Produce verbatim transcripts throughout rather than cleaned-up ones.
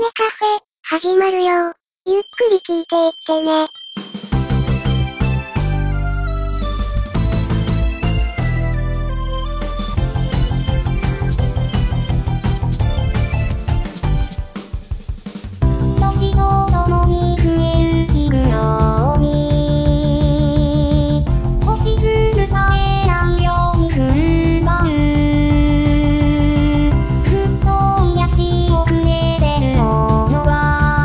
メカフェ、始まるよ。ゆっくり聞いていってね。時とともに増える日のように星屑さえないように踏ん張るふっと癒しをくれてるものは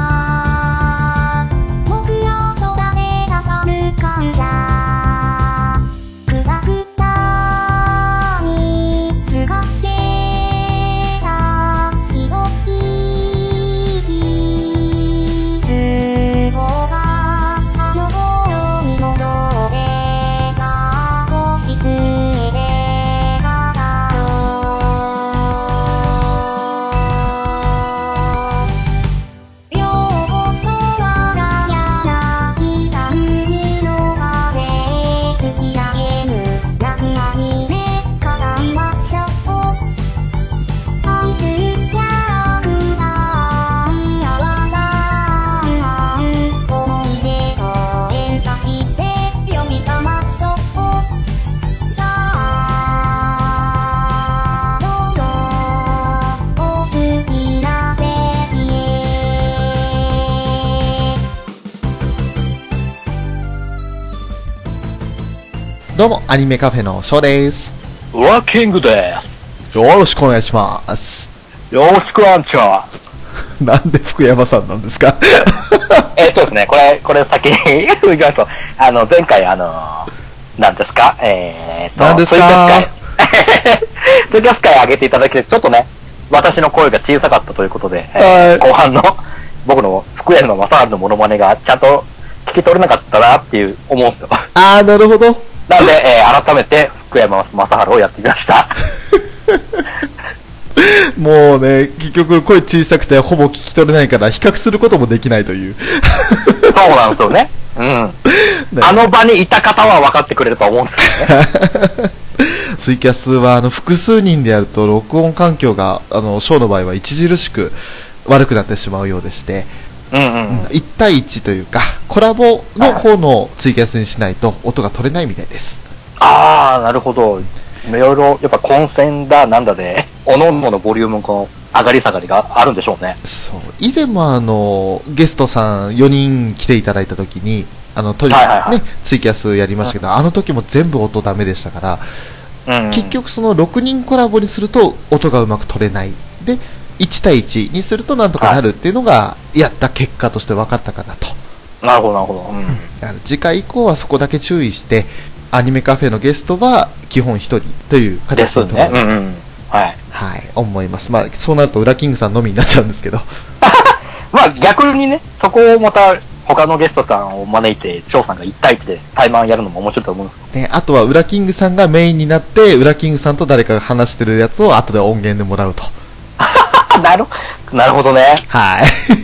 僕ら空で挟む感謝くたくたにすがってたひどいどうも、アニメカフェのショーです。 ワーキングです。よろしくお願いします。 よろしくアンチャー。なんで福山さんなんですかえっとですね、これ、これ先に言いますと、あの、前回あの、なんですか、えー、っと、 なんですかツイキャス会上げていただきて、ちょっとね、私の声が小さかったということで、えー、後半の僕の福山雅治のモノマネがちゃんと聞き取れなかったなっていう思うんですよ。 あー、なるほど。 なので、えー、改めて福山雅治をやってみました。 もうね、結局声小さくてほぼ聞き取れないから比較することもできないという。 そうなんですよね。うん。ね、あの場にいた方は分かってくれると思うんですけどね。 ツイキャスはあの複数人でやると録音環境があのショーの場合は著しく悪くなってしまうようでして、 うんうんうん、 いち対いちというかコラボの方のツイキャスにしないと音が取れないみたいです。 ああ、なるほど。いろいろやっぱ混戦だなんだでおのおののボリュームの上がり下がりがあるんでしょうね。 そう、以前もあのゲストさんよにん来ていただいた時にあのとにかくねツイキャスやりましたけど、うん、あの時も全部音ダメでしたから、うんうん、結局そのろくにんコラボにすると音がうまく取れないでいち対いちにするとなんとかなるっていうのがやった結果として分かったかなと。 なるほどなるほど、うん、 次回以降はそこだけ注意してアニメカフェのゲストは基本ひとりという形でね、うんうん、はい、 はい、思います。まあそうなるとウラキングさんのみになっちゃうんですけどまあ逆にね、そこをまた他のゲストさんを招いて翔さんがいち対いちで対マンやるのも面白いと思うんですけど、 ね、あとはウラキングさんがメインになってウラキングさんと誰かが話してるやつを後で音源でもらうとなるなるほどね。 はい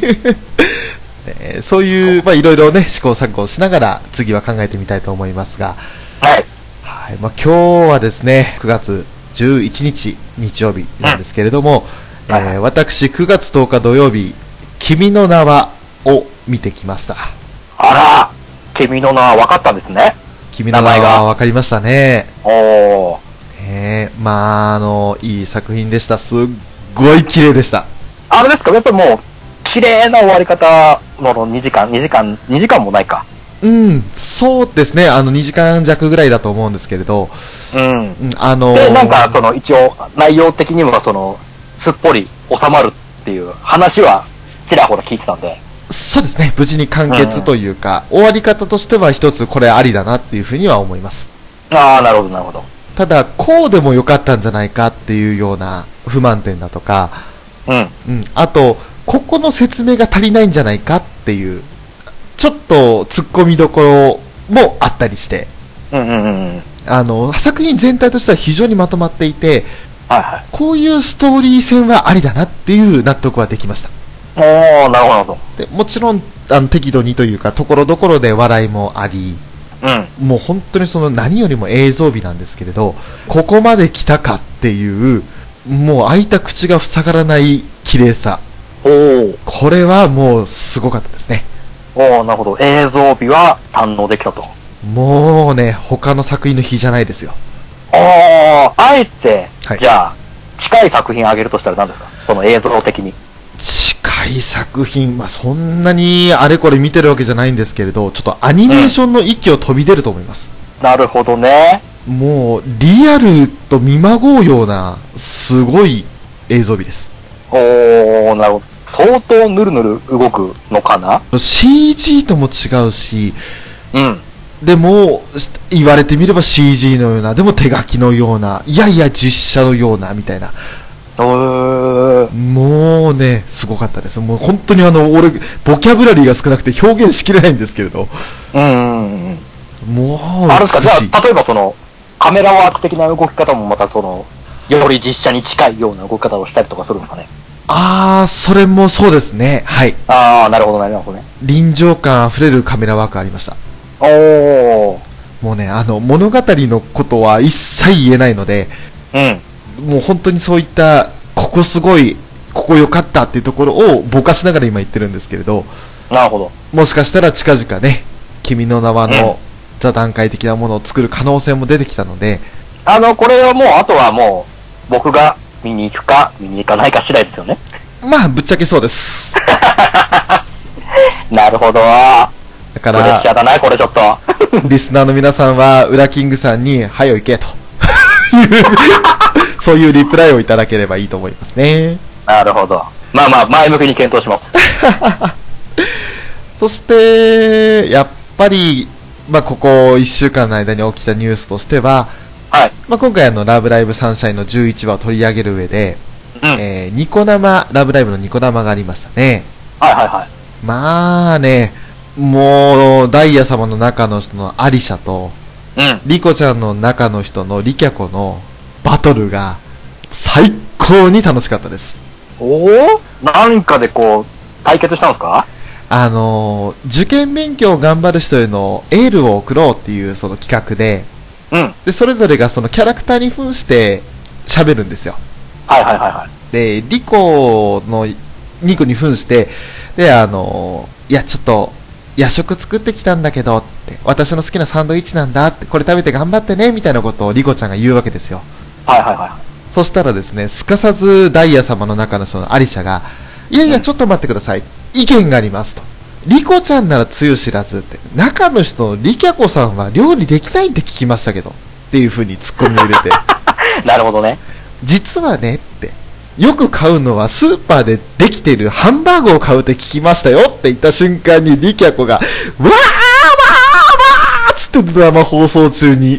ね、そういうまあいろいろね試行錯誤しながら次は考えてみたいと思いますが、 はい、 はい、まあ、今日はですねくがつじゅういちにち日曜日なんですけれども、うん、えー、私くがつとおか土曜日君の名はを見てきました。 あら、君の名は分かったんですね。 君の名は分かりましたね。 おー、 えー、まああのいい作品でした。すっごい綺麗でした。 あれですか、やっぱりもう綺麗な終わり方のにじかんにじかんにじかんもないか。 うん、そうですね、あのにじかん弱ぐらいだと思うんですけれど、 うん、 うん、あのー、 でなんかその一応内容的にもそのすっぽり収まるっていう話はちらほら聞いてたんで、 そうですね、無事に完結というか、うん、終わり方としては一つこれありだなっていうふうには思います。 ああ、なるほどなるほど。 ただこうでもよかったんじゃないかっていうような不満点だとか、 うん、うん、 あとここの説明が足りないんじゃないかっていうちょっと突っ込みどころもあったりして、 うんうんうん、 あの作品全体としては非常にまとまっていて、 はいはい、 こういうストーリー線はありだなっていう納得はできました。 おー、なるほど。 でもちろんあの適度にというかところどころで笑いもあり、 うん、 もう本当にその何よりも映像美なんですけれど、ここまで来たかっていうもう開いた口が塞がらない綺麗さ、 おー、 ここれはもうすごかったですね。 おお、なるほど。映像美は堪能できたと。 もうね、他の作品の比じゃないですよ。 おー、あえて、 はい、 じゃあ、近い作品あげるとしたら何ですか？その映像的に。 近い作品、まあ、そんなにあれこれ見てるわけじゃないんですけれど、ちょっとアニメーションの域を飛び出ると思います。 うん、なるほどね。 もう、リアルと見まごうような、すごい映像美です。 おー、なるほど。相当ぬるぬる動くのかな？ シージー とも違うし、 うん。 でも、言われてみれば シージー のような、でも手書きのような、いやいや実写のような、みたいな。もうね、すごかったです。もう本当にあの、俺、ボキャブラリーが少なくて表現しきれないんですけれど。 うんうんうん。 もう、 あれですか、じゃあ、例えばその、カメラワーク的な動き方もまたその、より実写に近いような動き方をしたりとかするんですかね。 あー、それもそうですね。はい。 あー、なるほど、なるほどね。 臨場感あふれるカメラワークありました。 おー。 もうね、あの、物語のことは一切言えないので、 うん。 もう本当にそういった、ここすごい、ここ良かったっていうところをぼかしながら今言ってるんですけれど、 なるほど。 もしかしたら近々ね、君の名はの座談会的なものを作る可能性も出てきたので、 あの、これはもう、あとはもう、僕が見に行くか、見に行かないか次第ですよね。 まあ、ぶっちゃけそうです。 なるほど。だから、 プレッシャーだな、これちょっと。 リスナーの皆さんは、ウラキングさんに、はよ行けと。そういうリプライをいただければいいと思いますね。 なるほど。まあまあ、前向きに検討します。 そして、やっぱり、まあ、ここいっしゅうかんの間に起きたニュースとしては、 はい。 まあ、今回あの、ラブライブサンシャインのじゅういちわを取り上げる上で、うん、えー、ニコ生、ラブライブのニコ生がありましたね。 はいはいはい。 まあね、もう、ダイヤ様の中の人のアリシャと、うん、リコちゃんの中の人のリキャコのバトルが最高に楽しかったです。 おお？なんかでこう、対決したんですか？ あのー、受験勉強を頑張る人へのエールを送ろうっていうその企画で、うん。で、それぞれがそのキャラクターに扮して喋るんですよ。 はいはいはいはい。 で、リコの、ニコに扮して、で、あのー、いや、ちょっと、夜食作ってきたんだけどって、私の好きなサンドイッチなんだって、これ食べて頑張ってね、みたいなことをリコちゃんが言うわけですよ。 はいはいはい。 そしたらですね、すかさずダイヤ様の中のそのアリシャが、いやいや、ちょっと待ってください。意見がありますと。リコちゃんならつゆ知らずって、中の人のリキャコさんは料理できないって聞きましたけど、っていう風にツッコミを入れて。 なるほどね。 実はねって、よく買うのはスーパーでできているハンバーグを買うって聞きましたよって言った瞬間にリキャコが、わーわーわーつってドラマ放送中に。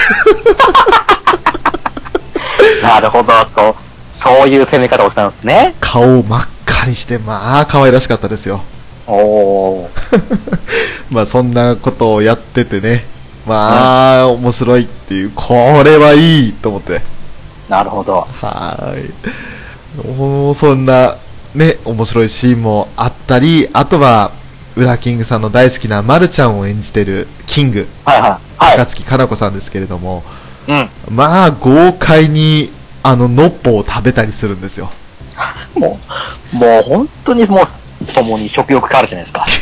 なるほど、そう、そういう攻め方をしたんですね。 顔を真っ赤にして、まあ、可愛らしかったですよ。 おー。 まあ、そんなことをやっててね。まあ、うん、面白いっていう、これはいいと思って。 なるほど。 はい。もう、そんな、ね、面白いシーンもあったり、あとは、ウラキングさんの大好きなマルちゃんを演じてるキング、 はいはいはい、 高槻かな子さんですけれども、 うん、 まあ豪快にあのノッポを食べたりするんですよ。 もうもう本当にもう共に食欲があるじゃないですか。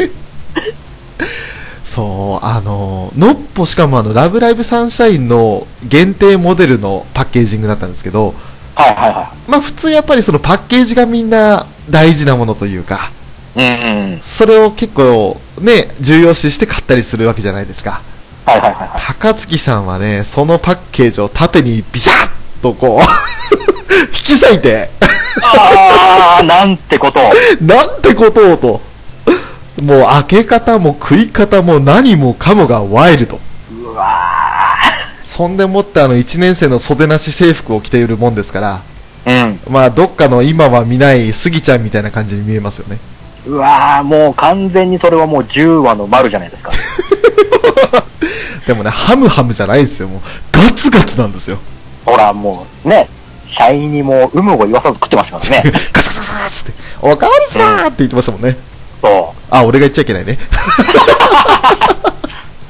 そうあのノッポ、しかもあのラブライブサンシャインの限定モデルのパッケージングだったんですけど、 はいはいはい。 まあ普通やっぱりそのパッケージがみんな大事なものというか、 うんうん、 それを結構ね重要視して買ったりするわけじゃないですか。 はいはいはいはい、 高槻さんはね、そのパッケージを縦にビサッとこう引き裂いてあーなんてことをなんてことをと、もう開け方も食い方も何もかもがワイルド。 うわー、 そんでもってあのいちねん生の袖なし制服を着ているもんですから、 うん、 まあどっかの今は見ないスギちゃんみたいな感じに見えますよね。 うわー、もう完全にそれはもうじゅうわの丸じゃないですか。 でもね、ハムハムじゃないですよ。もうガツガツなんですよ。 ほらもうね、シャイにも有無を言わさず食ってましたからね。 ガツガツガツっておかわりさーって言ってましたもんね。 そう。 あ、俺が言っちゃいけないね。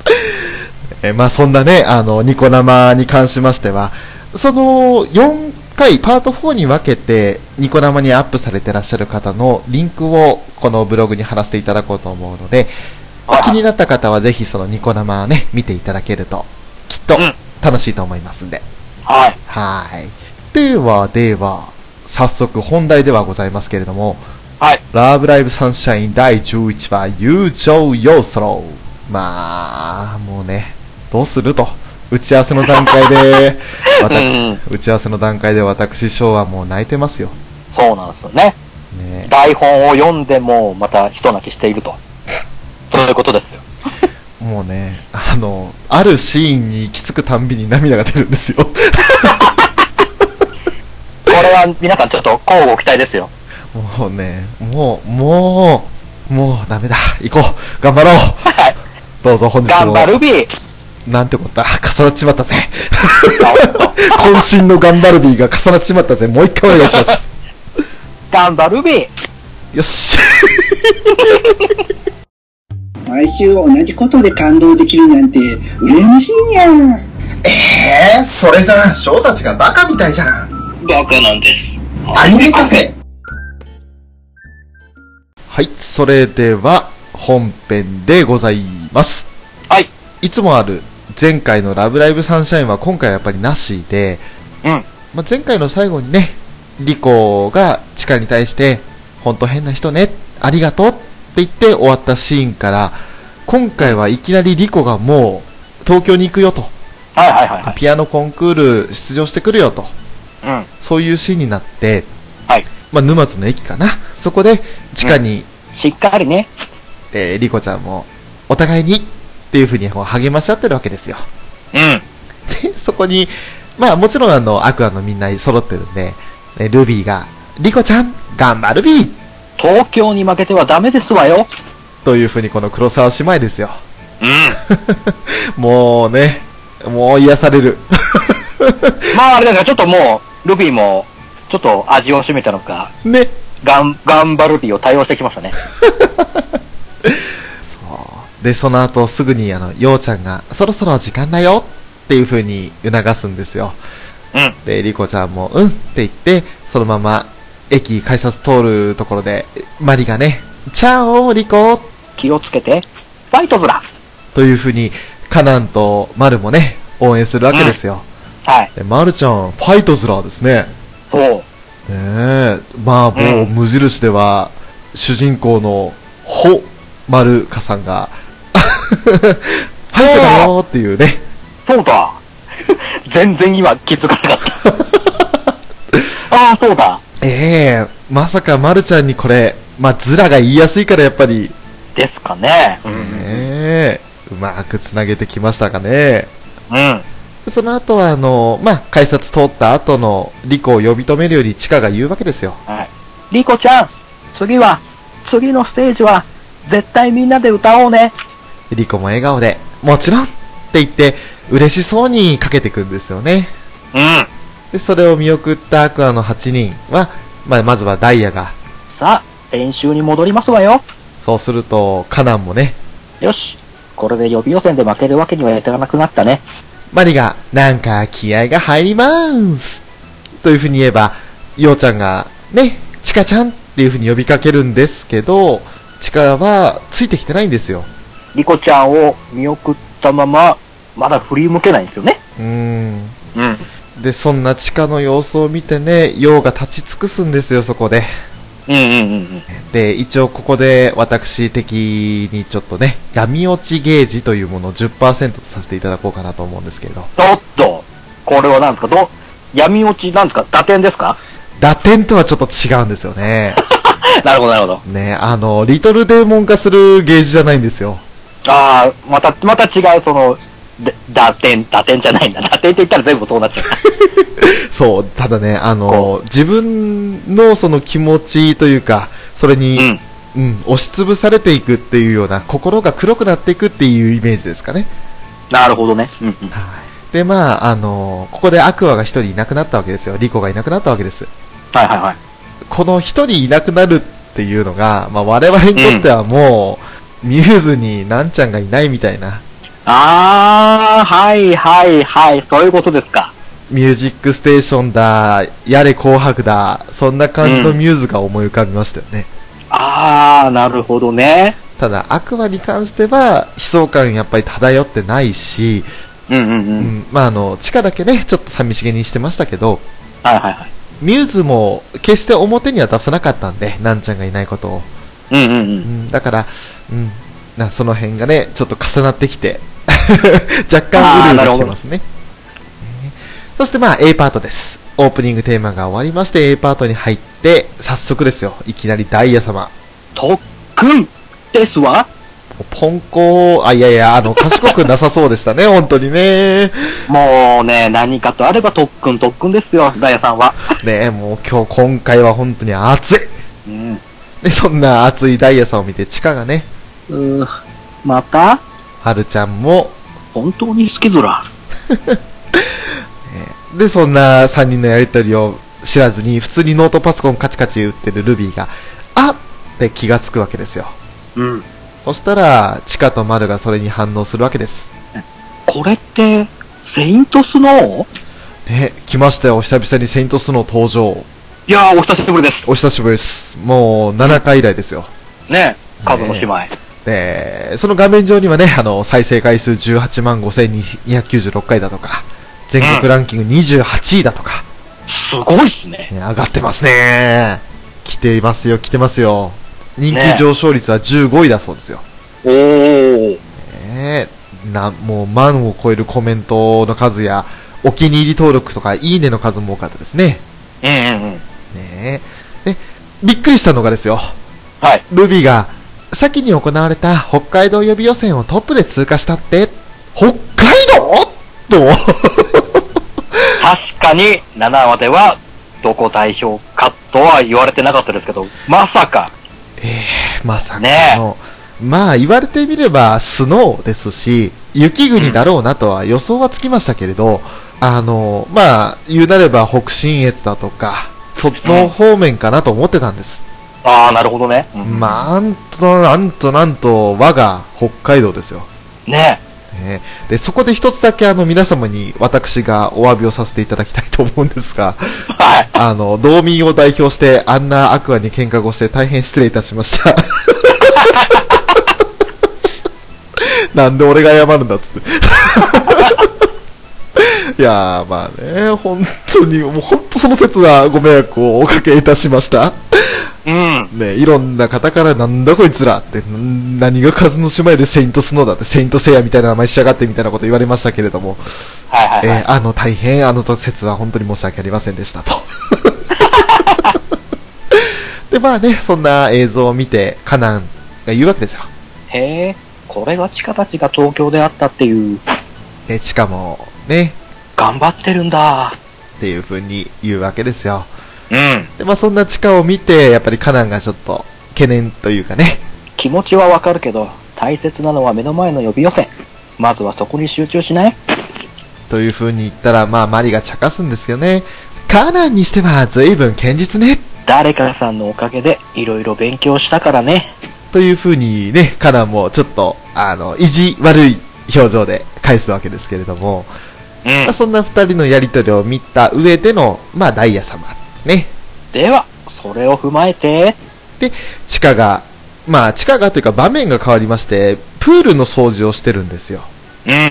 えまあそんなね、あのニコ生に関しましては、そのよん回パートフォーに分けてニコ生にアップされてらっしゃる方のリンクをこのブログに貼らせていただこうと思うので、気になった方はぜひそのニコ生をね見ていただけるときっと楽しいと思いますんで、 はい。 はい。ではでは早速本題ではございますけれども、 はい。 ラブライブサンシャインだいじゅういちわ友情要素。まあもうねどうすると打ち合わせの段階で私打ち合わせの段階で私翔はもう泣いてますよ。 そうなんですよね。ね、台本を読んでもまた一泣きしているとそういうことですよ。 もうねあのあるシーンに行き着くたんびに涙が出るんですよ。これは皆さんちょっと乞うご期待ですよ。 もうねもうもうもうダメだ行こう頑張ろう。はい、どうぞ本日も頑張るビーなんてこった重なっちまったぜ。渾身の頑張るビーが重なっちまったぜ。もう一回お願いします。 頑張るビーよし。 毎週同じことで感動できるなんて羨ましいにゃん。 えー、それじゃ翔たちがバカみたいじゃん。 バカなんです。 アニメカフェ。 はい、それでは本編でございます。 はい。 いつもある前回のラブライブサンシャインは今回はやっぱりなしで、 うん。 まあ、前回の最後にね、リコがチカに対して本当変な人ね、ありがとうって言って終わったシーンから、今回はいきなりリコがもう東京に行くよと、 はいはいはい、はい、 ピアノコンクール出場してくるよと、 うん、 そういうシーンになって、 はい、 まあ、沼津の駅かな、そこでチカに、 うん、しっかりね、 えー、リコちゃんもお互いにっていう風に励まし合ってるわけですよ。 うん。 で、そこに、まあもちろんあの、アクアのみんな揃ってるんで、ね、ルビーが、リコちゃん、頑張るビー東京に負けてはダメですわよという風にこの黒沢姉妹ですよ。 うん。 もうね、もう癒される。 まああれだからちょっともう、ルビーも、ちょっと味を占めたのか、 ね。 がん、頑張るビーを対応してきましたね。 で、その後すぐにあの、ようちゃんがそろそろ時間だよっていう風に促すんですよ。 うん。 で、リコちゃんもうんって言って、そのまま駅改札通るところで、マリがね、チャオリコ気をつけて、ファイトズラという風に、カナンとマルもね、応援するわけですよ。 うん、はい。 で、マルちゃん、ファイトズラーですね。 そう。ねえ、まあもう無印では、うん、主人公のホ・マルカさんが、ファイトだよっていうね。 そうだ。全然今気づかなかった。ああ、そうだ。 ええー、まさかまるちゃんにこれ、まあ、ズラが言いやすいからやっぱり。 ですかね。 うん、ええー、うまくつなげてきましたかね。 うん。 その後は、あの、まあ、改札通った後のリコを呼び止めるようにチカが言うわけですよ。 はい。リコちゃん、次は、次のステージは、絶対みんなで歌おうね。 リコも笑顔で、もちろんって言って、嬉しそうにかけてくんですよね。 うん。 で、それを見送ったアクアのはちにんは、まあ、まずはダイヤが。 さあ、練習に戻りますわよ。 そうすると、カナンもね。 よし。これで予備予選で負けるわけにはいかなくなったね。 マリが、なんか気合が入りまーす。というふうに言えば、ヨウちゃんが、ね、チカちゃんっていうふうに呼びかけるんですけど、チカはついてきてないんですよ。 リコちゃんを見送ったまま、まだ振り向けないんですよね。 うーん。 うん。 で、そんなチカの様子を見てね、ヨウが立ち尽くすんですよ、そこで。 うんうんうんうん。 で、一応ここで私的にちょっとね、闇落ちゲージというものを じゅっパーセント とさせていただこうかなと思うんですけど。 おっと、これは何ですか、ど闇落ちなんですか、打点ですか？ 打点とはちょっと違うんですよね。 なるほどなるほど。 ね、あの、リトルデーモン化するゲージじゃないんですよ。 ああ、また、また違う、その、打点、打点じゃないんだ。打点って言ったら全部そうなっちゃう。 そう、ただね、あの、自分のその気持ちというか、それに、うん、うん、押しつぶされていくっていうような、心が黒くなっていくっていうイメージですかね。 なるほどね。うんうん、 はい。で、まあ、あの、ここでアクアが一人いなくなったわけですよ。リコがいなくなったわけです。 はいはいはい。 この一人いなくなるっていうのが、まあ、我々にとってはもう、うん、ミューズになんちゃんがいないみたいな。 あー、はいはいはい、そういうことですか。 ミュージックステーションだ、やれ紅白だ、そんな感じのミューズが思い浮かびましたよね。 うん、あー、なるほどね。 ただ、アクアに関しては、悲壮感やっぱり漂ってないし、 うんうんうん。うん、 まあ、あの、地下だけね、ちょっと寂しげにしてましたけど、 はいはいはい。 ミューズも決して表には出さなかったんで、なんちゃんがいないことを。 うんうんうん。うん、 だから、うん、なその辺がね、ちょっと重なってきて、若干うるうるきてますね。そしてまあ A パートです。オープニングテーマが終わりまして A パートに入って、早速ですよ、いきなりダイヤ様。 特訓ですわ。 ポンコー、あ、いやいや、あの、賢くなさそうでしたね、本当にね。 もうね、何かとあれば特訓特訓ですよ、ダイヤさんは。 ねえ、もう今日、今回は本当に熱い。 うん。 で、そんな熱いダイヤさんを見て、チカがね、 うー、またはるちゃんも、 本当に好きずら。 で、そんなさんにんのやりとりを知らずに、普通にノートパソコンカチカチ打ってるルビーが、あっって気がつくわけですよ。 うん。 そしたら、チカとマルがそれに反応するわけです。 これって、セイントスノー？ ね、来ましたよ、久々にセイントスノー登場。 いやー、お久しぶりです。 お久しぶりです。もう、ななかい以来ですよ。 ね、カズの姉妹。 で、その画面上にはね、あの、再生回数じゅうはちまんごせんにひゃくきゅうじゅうろっかいだとか、全国ランキングにじゅうはちいだとか。 すごいっすね。 ね、上がってますね。来ていますよ、来てますよ。人気上昇率はじゅうごいだそうですよ。 ね、おー。 ね、な、もう万を超えるコメントの数や、お気に入り登録とか、いいねの数も多かったですね。 うんうんうん。 ねで、びっくりしたのがですよ。 はい。 ルビーが、先に行われた北海道予備予選をトップで通過したって、北海道と確かにななわではどこ代表かとは言われてなかったですけど、まさか。 えー、まさかの、 ね、 まあ言われてみればスノーですし、雪国だろうなとは予想はつきましたけれど、うん、あの、まあ言うなれば北信越だとか、その方面かなと思ってたんです。 うん、ああ、なるほどね。 うん、まあ、なんと、なんと、なんと、我が北海道ですよ。 ねね、でそこで一つだけあの皆様に私がお詫びをさせていただきたいと思うんですが、 はい、 あの道民を代表してあんなアクアに喧嘩をして大変失礼いたしましたなんで俺が謝るんだっつっていやーまあね、本当にもう本当その説はご迷惑をおかけいたしましたうん、 ね、いろんな方からなんだこいつらって、何が数の島よりセイントスノーだって、セイントセイヤみたいな名前しやがってみたいなこと言われましたけれども、 はいはいはい、 えー、あの大変あの説は本当に申し訳ありませんでしたとでまあね、そんな映像を見てカナンが言うわけですよ。 へえ、これがチカたちが東京であったっていう。 でチカもね頑張ってるんだっていう風に言うわけですよ。 うん。 でまあそんなチカを見てやっぱりカナンがちょっと懸念というかね、 気持ちはわかるけど大切なのは目の前の予備予選、まずはそこに集中しないという風に言ったら、まあマリが茶化すんですよね。カナンにしては随分堅実ね、 誰かさんのおかげでいろいろ勉強したからねという風にね、カナンもちょっとあの意地悪い表情で返すわけですけれども、うん、まあ、そんな二人のやりとりを見た上でのまあダイヤ様ね。 ではそれを踏まえて、 でチカがまあチカがというか場面が変わりまして、プールの掃除をしてるんですよ。 うんうんうん、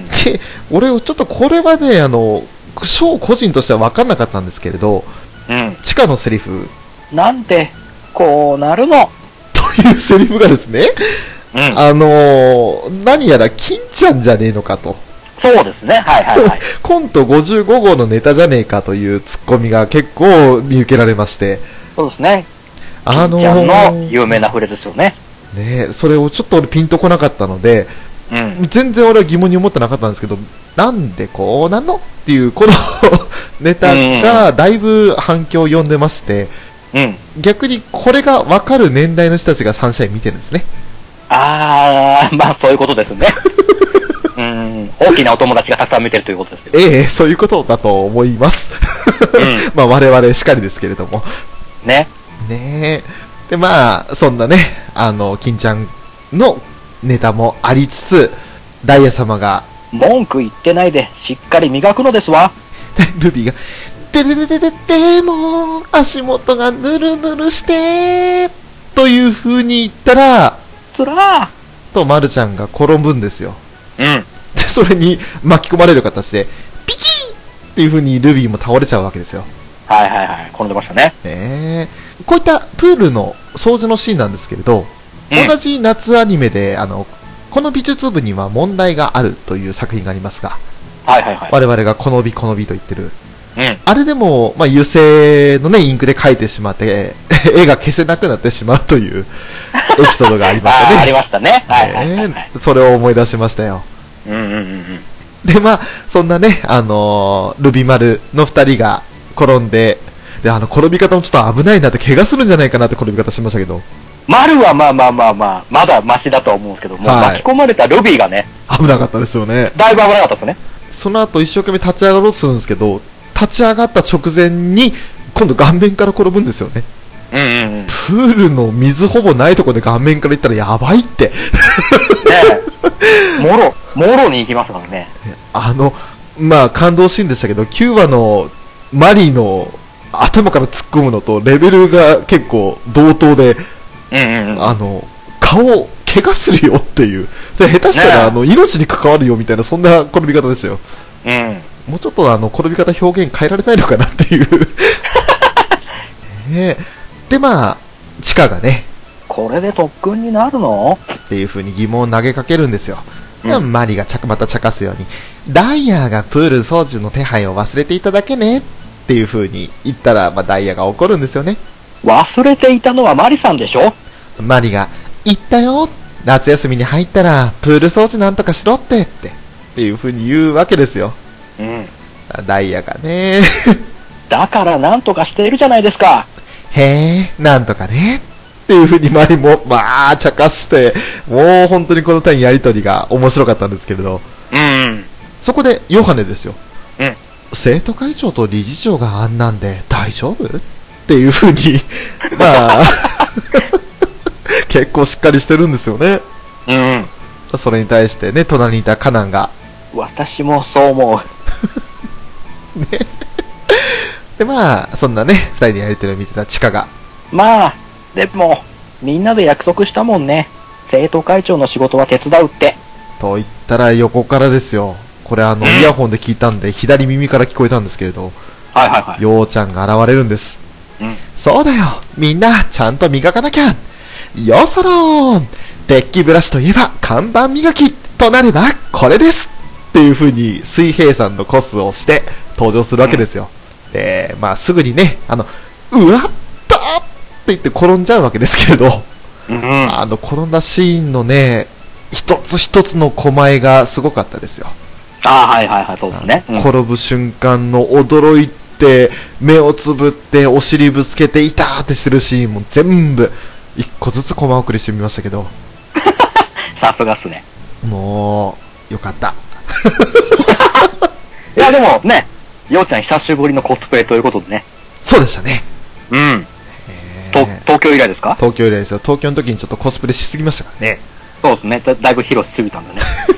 で俺ちょっとこれはね、あのショー個人としては分かんなかったんですけれど、 うん、 チカのセリフなんでこうなるのというセリフがですね、うん、あのー、何やら金ちゃんじゃねえのかと。 そうですね、はいはいはい。 コントごじゅうごごうのネタじゃねえかというツッコミが結構見受けられまして。 そうですね。 あのー、 金ちゃんの有名なフレですよね。 ねえ、それをちょっと俺ピンとこなかったので、うん、全然俺は疑問に思ってなかったんですけど、なんでこうなんのっていうこのネタがだいぶ反響を呼んでまして、うん、逆にこれが分かる年代の人たちがサンシャイン見てるんですね。 あー、まあそういうことですね。うん、大きなお友達がたくさん見てるということですよ。 ええ、そういうことだと思います。うん、まあ我々しかりですけれども。 ね。 ねえ。で、まあ、そんなね、あの、金ちゃんのネタもありつつ、ダイヤ様が、 文句言ってないでしっかり磨くのですわ。 ルビーが、ででででででも、足元がぬるぬるして、という風に言ったら、 つらーと、まるちゃんが転ぶんですよ。 うん。 で、それに巻き込まれる形で、ピキーっていう風にルビーも倒れちゃうわけですよ。 はいはいはい、転んでましたね。 ねこういったプールの掃除のシーンなんですけれど、うん、同じ夏アニメで、あの、この美術部には問題があるという作品がありますが、 はいはいはい。 我々がこのびこのびと言ってる。 うん、 あれでも、まあ、油性のね、インクで描いてしまって、絵が消せなくなってしまうというエピソードがありましたね。 あ, ありましたね。はいはいはい、はい、 それを思い出しましたよ。 うんうんうんうん。 で、まあ、そんなね、あのー、ルビマルの二人が転んで、で、あの、転び方もちょっと危ないなって、怪我するんじゃないかなって転び方しましたけど。 丸はまあまあまあまあ、まだマシだとは思うんですけども、はい、巻き込まれたルビーがね、 危なかったですよね。 だいぶ危なかったですね。 その後一生懸命立ち上がろうとするんですけど、立ち上がった直前に、今度顔面から転ぶんですよね。 うんうんうん。 プールの水ほぼないところで顔面から行ったらやばいって。ねえ。もろ、もろに行きますからね。 あの、まあ感動シーンでしたけど、きゅうわのマリーの頭から突っ込むのとレベルが結構同等で、 うんうんうん、 あの、顔、怪我するよっていう。で、下手したら、ね、あの、命に関わるよみたいな、そんな転び方ですよ。 うん。 もうちょっとあの、転び方表現変えられないのかなっていう。ね、で、まあ、チカがね、 これで特訓になるのっていう風に疑問を投げかけるんですよ。うん、マリがちゃまた茶化すように、ダイヤがプール掃除の手配を忘れていただけねっていう風に言ったら、まあ、ダイヤが怒るんですよね。 忘れていたのはマリさんでしょ。 マリが、言ったよ、夏休みに入ったらプール掃除なんとかしろってってっていう風に言うわけですよ。 うん。 ダイヤがねだからなんとかしているじゃないですか。 へえ、なんとかねっていう風にマリもまあ茶化して、もう本当にこの単位やりとりが面白かったんですけれど、 うん。 そこでヨハネですよ。 うん。 生徒会長と理事長があんなんで大丈夫っていう風にまあ結構しっかりしてるんですよね。 うん。 それに対してね、隣にいたカナンが、 私もそう思う。ね。で、まあ、そんなね、二人でやりとりを見てたチカが。 まあ、でも、みんなで約束したもんね。生徒会長の仕事は手伝うって。 と言ったら横からですよ。これあの、イヤホンで聞いたんで、左耳から聞こえたんですけれど、 はいはいはい。 ようちゃんが現れるんです。 うん。 そうだよ。みんな、ちゃんと磨かなきゃ。よそろーん。デッキブラシといえば、看板磨きとなれば、これですっていう風に、水平さんのコスをして登場するわけですよ。うん、で、まあ、すぐにね、あの、うわっとって言って転んじゃうわけですけれど、 うん、 あの、転んだシーンのね、一つ一つの狛江がすごかったですよ。 ああ、はいはいはい、そうですね。 うん、転ぶ瞬間の驚いて、目をつぶって、お尻ぶつけて、いたーってしてるシーンも全部、一個ずつコマ送りしてみましたけど。 さすがっすね。 もう、よかった。 いや、でもね、ようちゃん久しぶりのコスプレということでね。 そうでしたね。 うん。と東京以来ですか？ 東京以来ですよ。東京の時にちょっとコスプレしすぎましたからね。 そうですね。だ, だいぶ披露しすぎたんだね。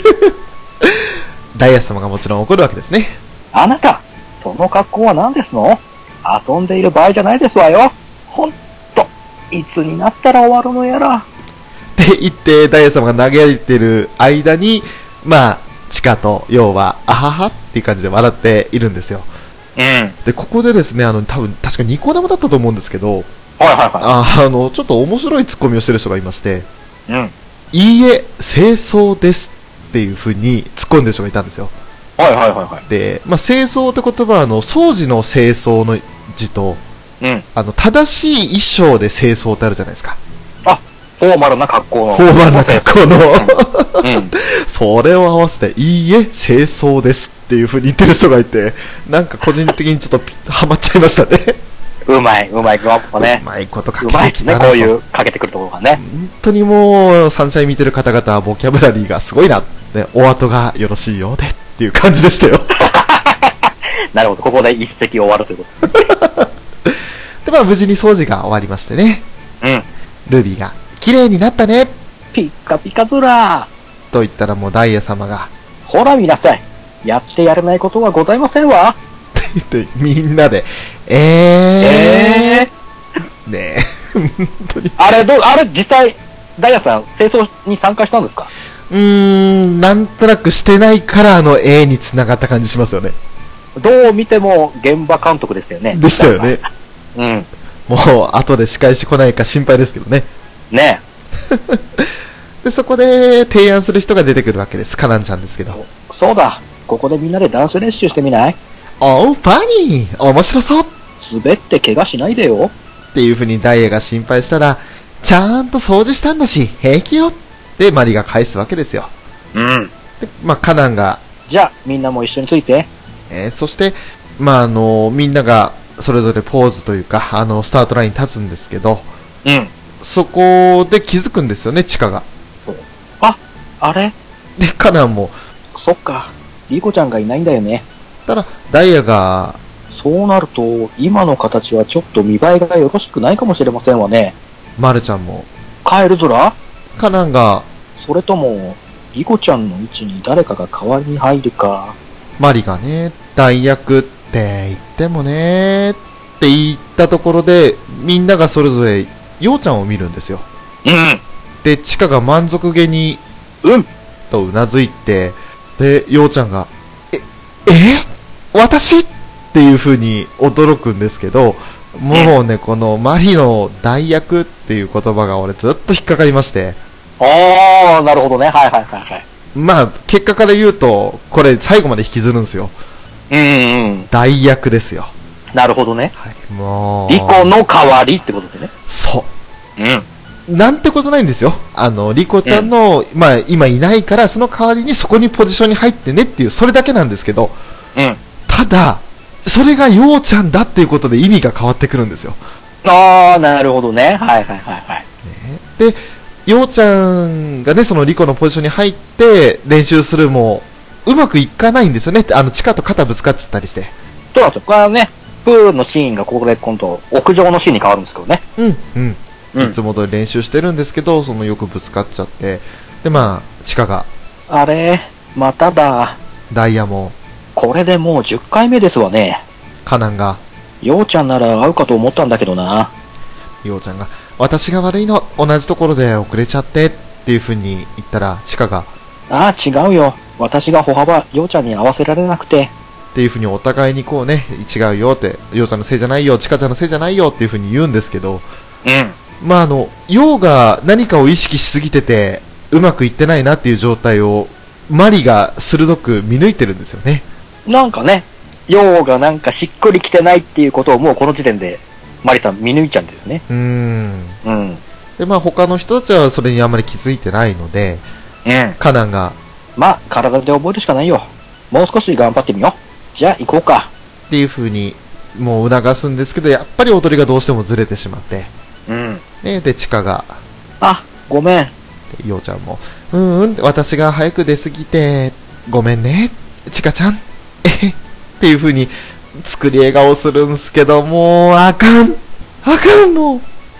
ダイヤ様がもちろん怒るわけですね。 あなた、その格好は何ですの？遊んでいる場合じゃないですわよ。ほんと、いつになったら終わるのやら。 って言って、ダイヤ様が投げられてる間に、まあ、チカと要は、あははっていう感じで笑っているんですよ。 うん。 で、ここでですね、あの、多分、確かニコ生だったと思うんですけど、 はいはいはい。 あ、あの、ちょっと面白いツッコミをしてる人がいまして、 うん。 いいえ、清掃ですっていう風に突っ込んでる人がいたんですよ。 はいはいはいはい。 で、まあ、清掃って言葉は、あの、掃除の清掃の字と、 うん。 あの、正しい衣装で清掃ってあるじゃないですか。 あ、フォーマルな格好の。 フォーマルな格好の。 うん。うん、 それを合わせて、いいえ、清掃ですっていう風に言ってる人がいて、なんか個人的にちょっとハマっちゃいましたね。 うまい、うまい、グワッとね。 うまいことかけてきたな。うまいですね、こういうかけてくるところがね。 本当にもう、サンシャイン見てる方々はボキャブラリーがすごいな。ね、お後がよろしいようでっていう感じでしたよ。 なるほど、ここで一席終わるということで、まあ無事に掃除が終わりましてね。 うん。 ルビーが、綺麗になったね。 ピッカピカズラと言ったらもうダイヤ様が、 ほら見なさい。やってやれないことはございませんわ。 ってってみんなで、えー、えー、ねえ、本当に。 あれ、どう、あれ、実際、ダイヤさん、清掃に参加したんですか？ うーん、なんとなくしてないからあの A に繋がった感じしますよね。 どう見ても現場監督でしたよね。 でしたよね。 うん。 もう、後で仕返し来ないか心配ですけどね。 ねで、そこで提案する人が出てくるわけです。カナンちゃんですけど。 そうだ。ここでみんなでダンス練習してみない？ おー、ファニー面白そう滑って怪我しないでよ。 っていう風にダイヤが心配したら、ちゃんと掃除したんだし、平気よってマリが返すわけですよ。 うん。 で、まあ、カナンが、 じゃあ、みんなも一緒について。 えー、そして、まあ、あの、みんながそれぞれポーズというか、あの、スタートラインに立つんですけど、 うん。 そこで気づくんですよね、チカが。 あ、あれ？ で、カナンも。 そっか。リコちゃんがいないんだよね。 ただ、ダイヤが、 そうなると、今の形はちょっと見栄えがよろしくないかもしれませんわね。 マルちゃんも。 帰るぞら？ カナンが、 それとも、リコちゃんの位置に誰かが代わりに入るか。 マリがね、代役って言ってもね、って言ったところで、みんながそれぞれ、ヨウちゃんを見るんですよ。 うん。 で、チカが満足げに、 うんとうなずいて、で、ヨウちゃんが、え、え私っていう風に驚くんですけど、もうね、このマリの代役っていう言葉が俺ずっと引っかかりまして。 あー、なるほどね。はいはいはいはい。 まあ、結果から言うと、これ最後まで引きずるんですよ。 うんうん。 代役ですよ。 なるほどね。 はい、もう。 リコの代わりってことでね。 そう。 うん。 なんてことないんですよ。あの、リコちゃんの、うん、まあ、今いないから、その代わりにそこにポジションに入ってねっていう、それだけなんですけど、 うん。 ただ、それがヨウちゃんだっていうことで意味が変わってくるんですよ。 あー、なるほどね。はいはいはいはい。 ね、で、ヨウちゃんがね、そのリコのポジションに入って練習するも、うまくいかないんですよね。あの、地下と肩ぶつかっちゃったりして。 そうなんですよ。これはね、プールのシーンがここで今度、屋上のシーンに変わるんですけどね。 うん、うん。 うん、 いつも通り練習してるんですけど、そのよくぶつかっちゃって。で、まあ、地下が。 あれ、まただ。 ダイヤも。 これでもうじゅっかいめですわね。 カナンが。 ヨウちゃんなら会うかと思ったんだけどな。 ヨウちゃんが、私が悪いの、同じところで遅れちゃってっていう風に言ったら、チカが、 ああ、違うよ。私が歩幅、ヨウちゃんに合わせられなくて。 っていう風にお互いにこうね、違うよって、ヨウちゃんのせいじゃないよ、チカちゃんのせいじゃないよっていう風に言うんですけど、 うん。 まああの、ヨウが何かを意識しすぎてて、うまくいってないなっていう状態を、マリが鋭く見抜いてるんですよね。 なんかね、ヨウがなんかしっくりきてないっていうことをもうこの時点で、マリさん見抜いちゃうんですよね。 うーん。 うん。 で、まあ他の人たちはそれにあんまり気づいてないので、 うん。 カナンが、 まあ、体で覚えるしかないよ。もう少し頑張ってみよう。じゃあ行こうか。 っていう風に、もう促すんですけど、やっぱり踊りがどうしてもずれてしまって、 うん。 ね、で、チカが、 あ、ごめん。 ヨウちゃんも、うんうん、私が早く出すぎて、ごめんね、チカちゃん、えへ、っていう風に、作り笑顔するんすけど、もう、あかん、あかん、もう。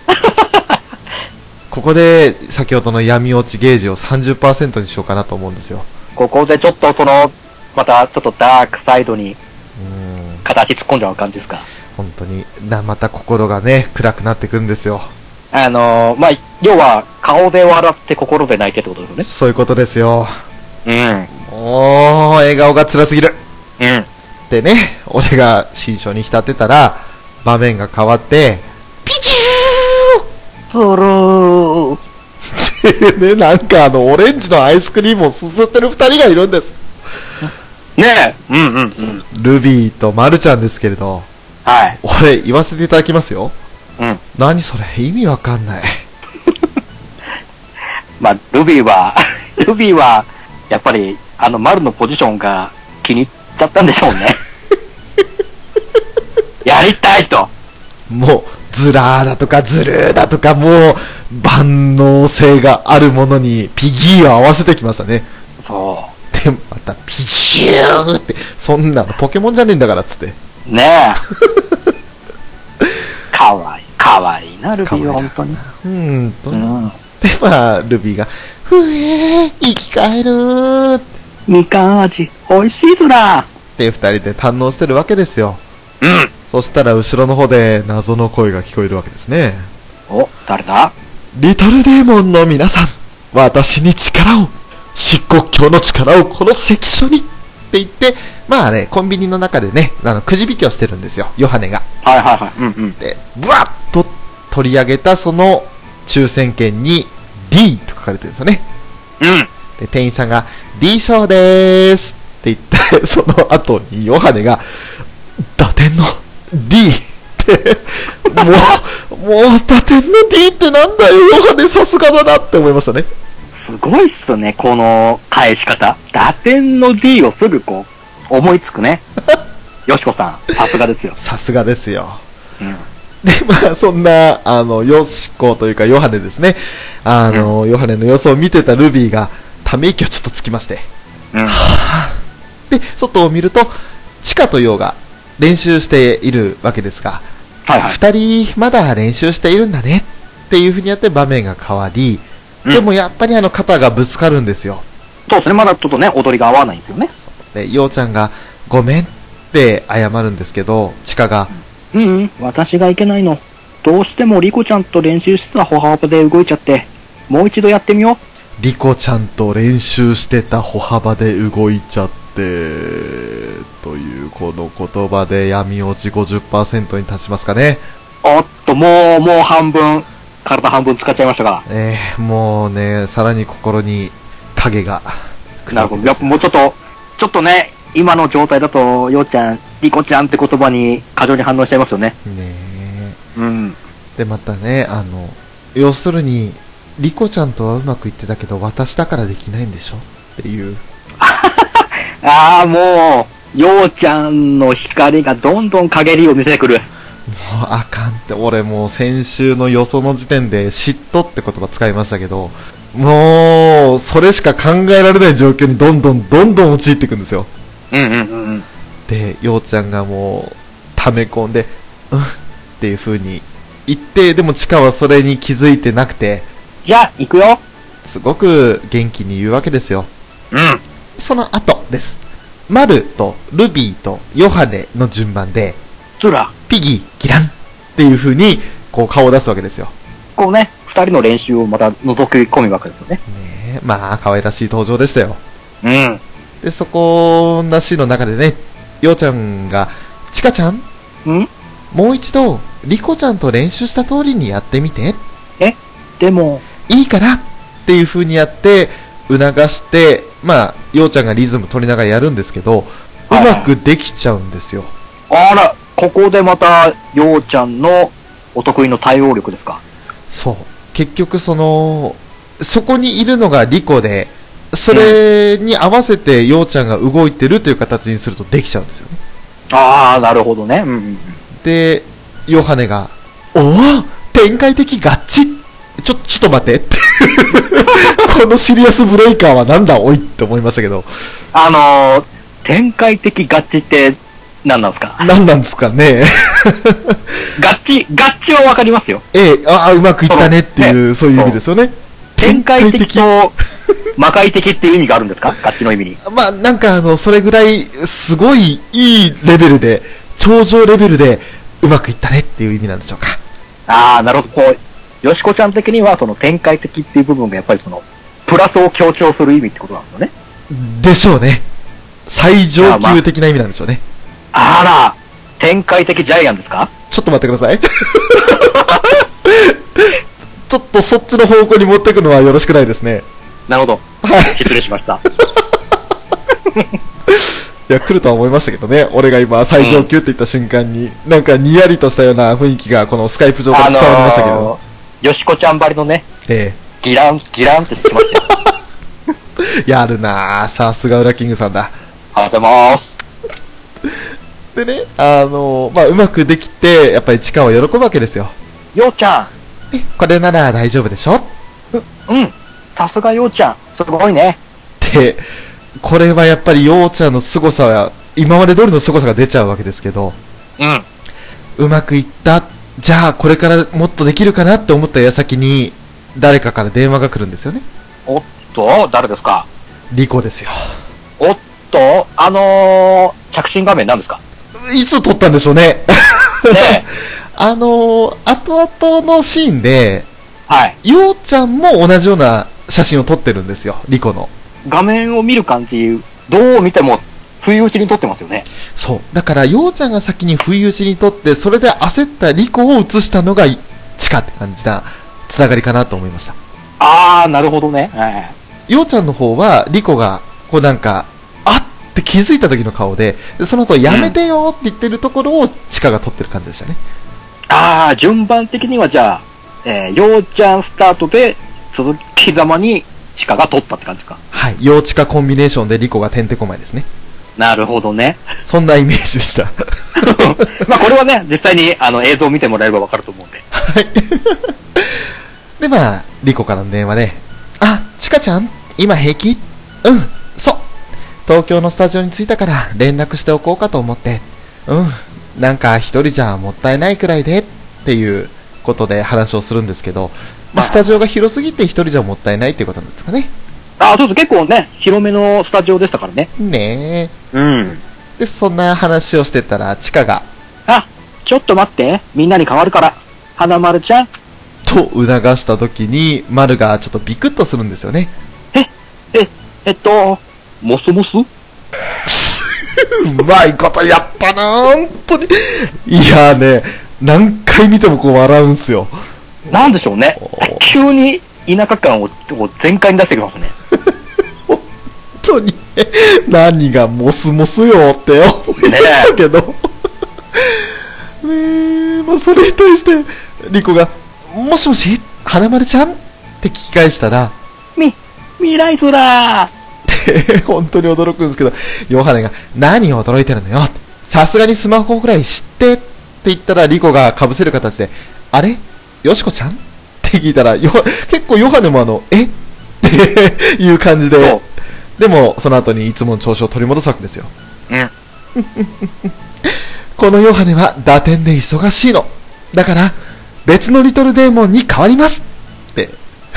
ここで、先ほどの闇落ちゲージを さんじゅっパーセント にしようかなと思うんですよ。 ここでちょっとその、またちょっとダークサイドに、 うん、 形突っ込んじゃう感じですか。 本当に、な、また心がね、暗くなってくるんですよ。 あのー、まあ、要は、顔で笑って心で泣いてってことですよね。 そういうことですよ。 うん。 もう、笑顔が辛すぎる。 うん。 でね、俺が新章に浸ってたら、場面が変わって、ピチュースルーね、なんかあの、オレンジのアイスクリームをすすってる二人がいるんです。 ねえ。うんうんうん。 ルビーとマルちゃんですけれど、 はい。 俺、言わせていただきますよ。 うん。 何それ、意味わかんない。 まあ、ルビーは、ルビーは、やっぱり、あの、マルのポジションが気に入っちゃったんでしょうね。やりたいと。 もう、ズラーだとかズルーだとか、もう、万能性があるものに、ピギーを合わせてきましたね。 そで、また、ピシューって、そんなのポケモンじゃねえんだから、つって。 う。ねえ。かわいい。かわいいな、ルビーは本当に。 うーんと。 うん。 で、まあ、ルビーが、ふえー、生き返るーって。 みかん味、美味しいずら。 って二人で堪能してるわけですよ。 うん。 そしたら後ろの方で謎の声が聞こえるわけですね。 お、誰だ？ リトルデーモンの皆さん、私に力を、漆黒鏡の力をこの関所にって言って、まあね、コンビニの中でね、あの、くじ引きをしてるんですよ、ヨハネが。 はいはいはい。うんうん。 で、ブワッと取り上げたその抽選券に ディー と書かれてるんですよね。 うん。 で、店員さんが ディー 賞でーすって言って、その後にヨハネが、打点の ディー って、もう、もう打点の ディー ってなんだよ、ヨハネさすがだなって思いましたね。 すごいっすね、この返し方。打点の D をすぐこう、思いつくね。よしこさん、さすがですよ。 さすがですよ。 うん。 で、まあ、そんな、あの、ヨシコというか、ヨハネですね。あの、うん、ヨハネの様子を見てたルビーが、ため息をちょっとつきまして。 うん。はぁ。で、外を見ると、チカとヨウが練習しているわけですが、 はいはい。 二人、まだ練習しているんだね、っていう風にやって場面が変わり、うん、でもやっぱりあの、肩がぶつかるんですよ。 そうですね、まだちょっとね、踊りが合わないんですよね。 で、ヨウちゃんが、ごめんって謝るんですけど、チカが、 うん、うんうん、私がいけないの。どうしてもリコちゃんと練習してた歩幅で動いちゃって、もう一度やってみよう。 リコちゃんと練習してた歩幅で動いちゃって、というこの言葉で闇落ち ごじゅっパーセント に達しますかね。 おっと、もう、もう半分、体半分使っちゃいましたが。 えー、もうね、さらに心に影が。 なるほど。やっぱもうちょっと、ちょっとね、今の状態だと、ようちゃん、リコちゃんって言葉に過剰に反応しちゃいますよね。 ねえ。 うん。で、 またね、あの、要するに、リコちゃんとはうまくいってたけど、私だからできないんでしょっていう。 ああ、もう、ようちゃんの光がどんどん陰りを見せてくる。 もうあかんって、俺もう先週の予想の時点で嫉妬って言葉使いましたけど、もう、それしか考えられない状況にどんどんどんどん陥っていくんですよ。 うんうんうんうん。 で、ようちゃんがもう、溜め込んで、うんっていう風に言って、でもチカはそれに気づいてなくて、 じゃあ、行くよ。 すごく元気に言うわけですよ。 うん。 その後です。マルとルビーとヨハネの順番で、 つら、 ピギー、ギランっていう風に、こう顔を出すわけですよ。 こうね、二人の練習をまた覗き込むわけですよね。 ねえ、まあ、可愛らしい登場でしたよ。 うん。 で、そこなシーンの中でね、ようちゃんが、チカちゃんんもう一度、リコちゃんと練習した通りにやってみて。 えでも、 いいからっていう風にやって、促して、まあ、ようちゃんがリズム取りながらやるんですけど、うまくできちゃうんですよ。 あら、ここでまた、ようちゃんのお得意の対応力ですか。 そう。結局その、そこにいるのがリコで、それに合わせてようちゃんが動いてるという形にするとできちゃうんですよね。 ああ、なるほどね。うん、 で、ヨハネが、おお展開的合致ちょ、ちょっと待ってってこのシリアスブレイカーはなんだおいって思いましたけど。 あのー、展開的合致って何なんですか何なんですかね合致、合致はわかりますよ。 ええ、ああ、うまくいったねっていう、そういう意味ですよね。 展開的と魔界的っていう意味があるんですか合致の意味に。 まあ、なんかあの、それぐらい、すごいいいレベルで、頂上レベルで、うまくいったねっていう意味なんでしょうか。 ああ、なるほど。こう、よしこちゃん的には、その展開的っていう部分がやっぱりその、プラスを強調する意味ってことなんですよね。 でしょうね。最上級的な意味なんでしょうね。 あら、展開的ジャイアンですか？ ちょっと待ってください。ちょっとそっちの方向に持っていくのはよろしくないですね。 なるほど。 はい。 失礼しました。 いや、来るとは思いましたけどね。俺が今、最上級って言った瞬間に、うん、なんかにやりとしたような雰囲気が、このスカイプ上から伝わりましたけど。あのー、よしこちゃんばりのね、 ええ。 ギラン、ギランってしましたよ。 やるなぁ。さすがウラキングさんだ。 ありがとうございます。 でね、あのー、まあ、うまくできて、やっぱりチカを喜ぶわけですよ。 ようちゃん。 これなら大丈夫でしょ？ う、うん。さすがようちゃん。すごいね。 で、これはやっぱりようちゃんの凄さは、今まで通りの凄さが出ちゃうわけですけど、 うん。 うまくいった。じゃあ、これからもっとできるかなって思った矢先に、誰かから電話が来るんですよね。 おっと、誰ですか？ リコですよ。 おっと、あのー、着信画面なんですか？ いつ撮ったんでしょうね。 ねあのー、後々のシーンで、 はい。 ようちゃんも同じような写真を撮ってるんですよ、リコの。 画面を見る感じ、どう見ても、不意打ちに撮ってますよね。 そう。だから、ようちゃんが先に不意打ちに撮って、それで焦ったリコを映したのが、チカって感じな、つながりかなと思いました。 あー、なるほどね。はい。 ようちゃんの方は、リコが、こうなんか、あって気づいた時の顔で、でその後、やめてよって言ってるところを、チカが撮ってる感じでしたね。 あー、順番的にはじゃあ、えー、ようちゃんスタートで、続きざまに、チカが撮ったって感じか。 はい。ようチカコンビネーションでリコがてんてこまいですね。なるほどね。 そんなイメージでした。 まあこれはね、実際にあの映像を見てもらえればわかると思うんで。はい。 で、まあ、リコからの電話で、あ、チカちゃん今平気？うん、そう。東京のスタジオに着いたから連絡しておこうかと思って。うん、なんか一人じゃもったいないくらいでっていうことで話をするんですけど、まあ、スタジオが広すぎて一人じゃもったいないっていうことなんですかね。 ああ、そうそう、結構ね、広めのスタジオでしたからね。 ねえ。うん。 で、そんな話をしてたら、チカが、 あ、ちょっと待って、みんなに変わるから、花丸ちゃん。 と促したときに、丸がちょっとビクッとするんですよね。 え、え、えっと、モスモスうまいことやったな、ほんとに。いやね、何回見てもこう笑うんすよ。 なんでしょうね。急に田舎感を全開に出してきますね。 本当に、何がモスモスよって思ったけど。ねえ、まあそれに対して、リコが、もしもし花丸ちゃんって聞き返したら、 み、未来空って本当に驚くんですけど、ヨハネが、何を驚いてるのよ、さすがにスマホくらい知ってって言ったら、リコが被せる形で、あれよしこちゃんって聞いたら、よ結構ヨハネもあの、えっていう感じで、でもその後にいつもの調子を取り戻すわけですよ。うん、このヨハネは打点で忙しいの。だから、別のリトルデーモンに変わりますって。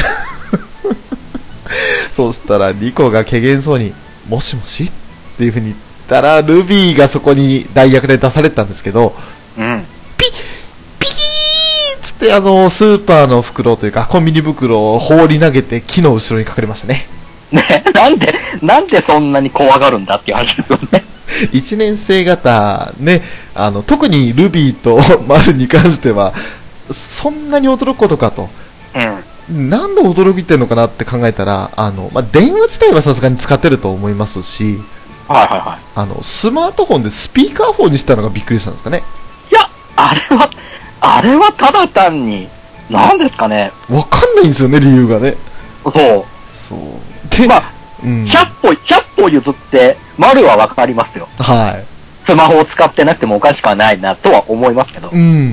そうしたら、リコが怪げそうに、もしもしっていう風に言ったら、ルビーがそこに代役で出されてたんですけど、うん、ピッで、あの、スーパーの袋というか、コンビニ袋を放り投げて木の後ろに隠れましたね。 ね、なんで、なんでそんなに怖がるんだっていう話ですよね。 一年生方、ね、あの、特にルビーとマルに関しては、そんなに驚くことかと。うん。なんで驚いてるのかなって考えたら、あの、まあ、電話自体はさすがに使ってると思いますし、 はいはいはい。 あの、スマートフォンでスピーカーフォンにしたのがびっくりしたんですかね。 いや、あれは、あれはただ単に、なんですかね。 わかんないんですよね、理由がね。 そう。 そう。 で、まあ、うん、ひゃっぽ、ひゃっぽ譲って、丸はわかりますよ。 はい。 スマホを使ってなくてもおかしくはないなとは思いますけど。 うん。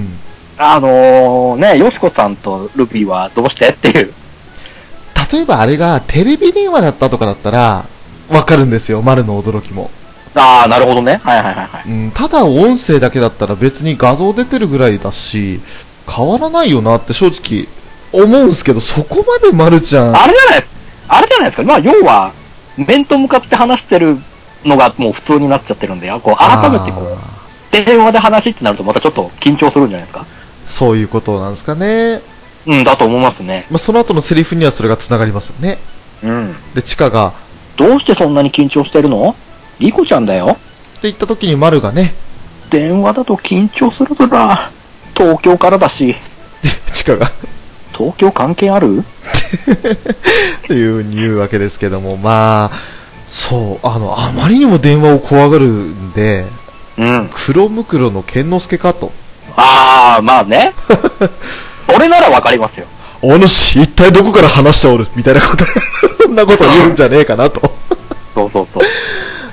あのー、ね、よしこさんとルビーはどうしてっていう。 例えばあれがテレビ電話だったとかだったら、わかるんですよ、丸の驚きも。 ああ、なるほどね。はいはいはい、はい、 うん。ただ音声だけだったら別に画像出てるぐらいだし、変わらないよなって正直思うんですけど、そこまで丸ちゃん。 あれじゃない、あれじゃないですか。まあ、要は、面と向かって話してるのがもう普通になっちゃってるんで、こう、改めてこう、電話で話ってなるとまたちょっと緊張するんじゃないですか。 そういうことなんですかね。 うん、だと思いますね。 まあ、その後のセリフにはそれが繋がりますよね。うん。で、チカが、 どうしてそんなに緊張してるの？リコちゃんだよ。って言った時に丸がね、 電話だと緊張するぞな。東京からだし。 チカが、 東京関係ある？ っていう風に言うわけですけども、まあ、そう、あの、あまりにも電話を怖がるんで、うん。黒むくろの剣之助かと。 ああ、まあね。俺ならわかりますよ。 お主、一体どこから話しておるみたいなこと、そんなこと言うんじゃねえかなと。 そうそうそう。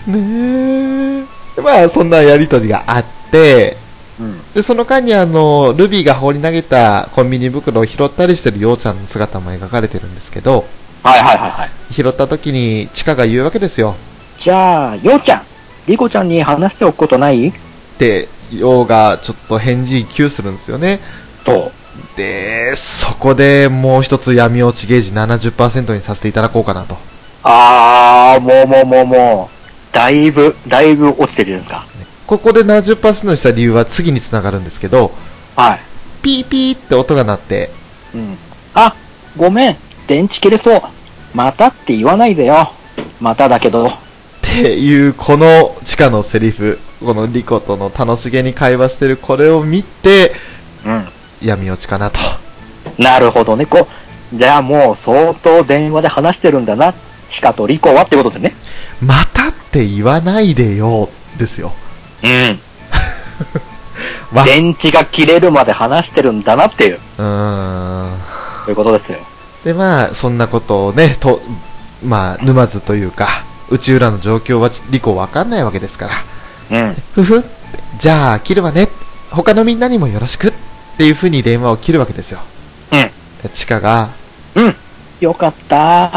ねえ。まあ、そんなやりとりがあって、うん、で、その間にあの、ルビーが放り投げたコンビニ袋を拾ったりしてるようちゃんの姿も描かれてるんですけど、 はいはいはいはい。 拾った時に、チカが言うわけですよ。 じゃあ、ようちゃん、リコちゃんに話しておくことない？ って、ようがちょっと返事急するんですよね。 と。 で、そこでもう一つ闇落ちゲージ ななじゅっパーセント にさせていただこうかなと。 あー、もうもうもうもう。 だいぶ、だいぶ落ちてるんですか。 ここでななじゅっパーセントにした理由は次につながるんですけど、 はい。 ピーピーって音が鳴って、 うん。あ、ごめん、電池切れそう。またって言わないでよ。まただけど。 っていうこの地下のセリフ、このリコとの楽しげに会話してるこれを見て、 うん、 闇落ちかなと。 なるほどね。こうじゃあもう相当電話で話してるんだな、チカとリコはってことでね。 またって言わないでよですよ。 うん。電池が切れるまで話してるんだなっていう。うーん。そういうことですよ。 でまあそんなことをねとまあ沼津というか。内裏の状況はリコわかんないわけですから、うん、ふふじゃあ切るわね、他のみんなにもよろしくっていう風に電話を切るわけですよ。うん。でチカが、 うん、よかった、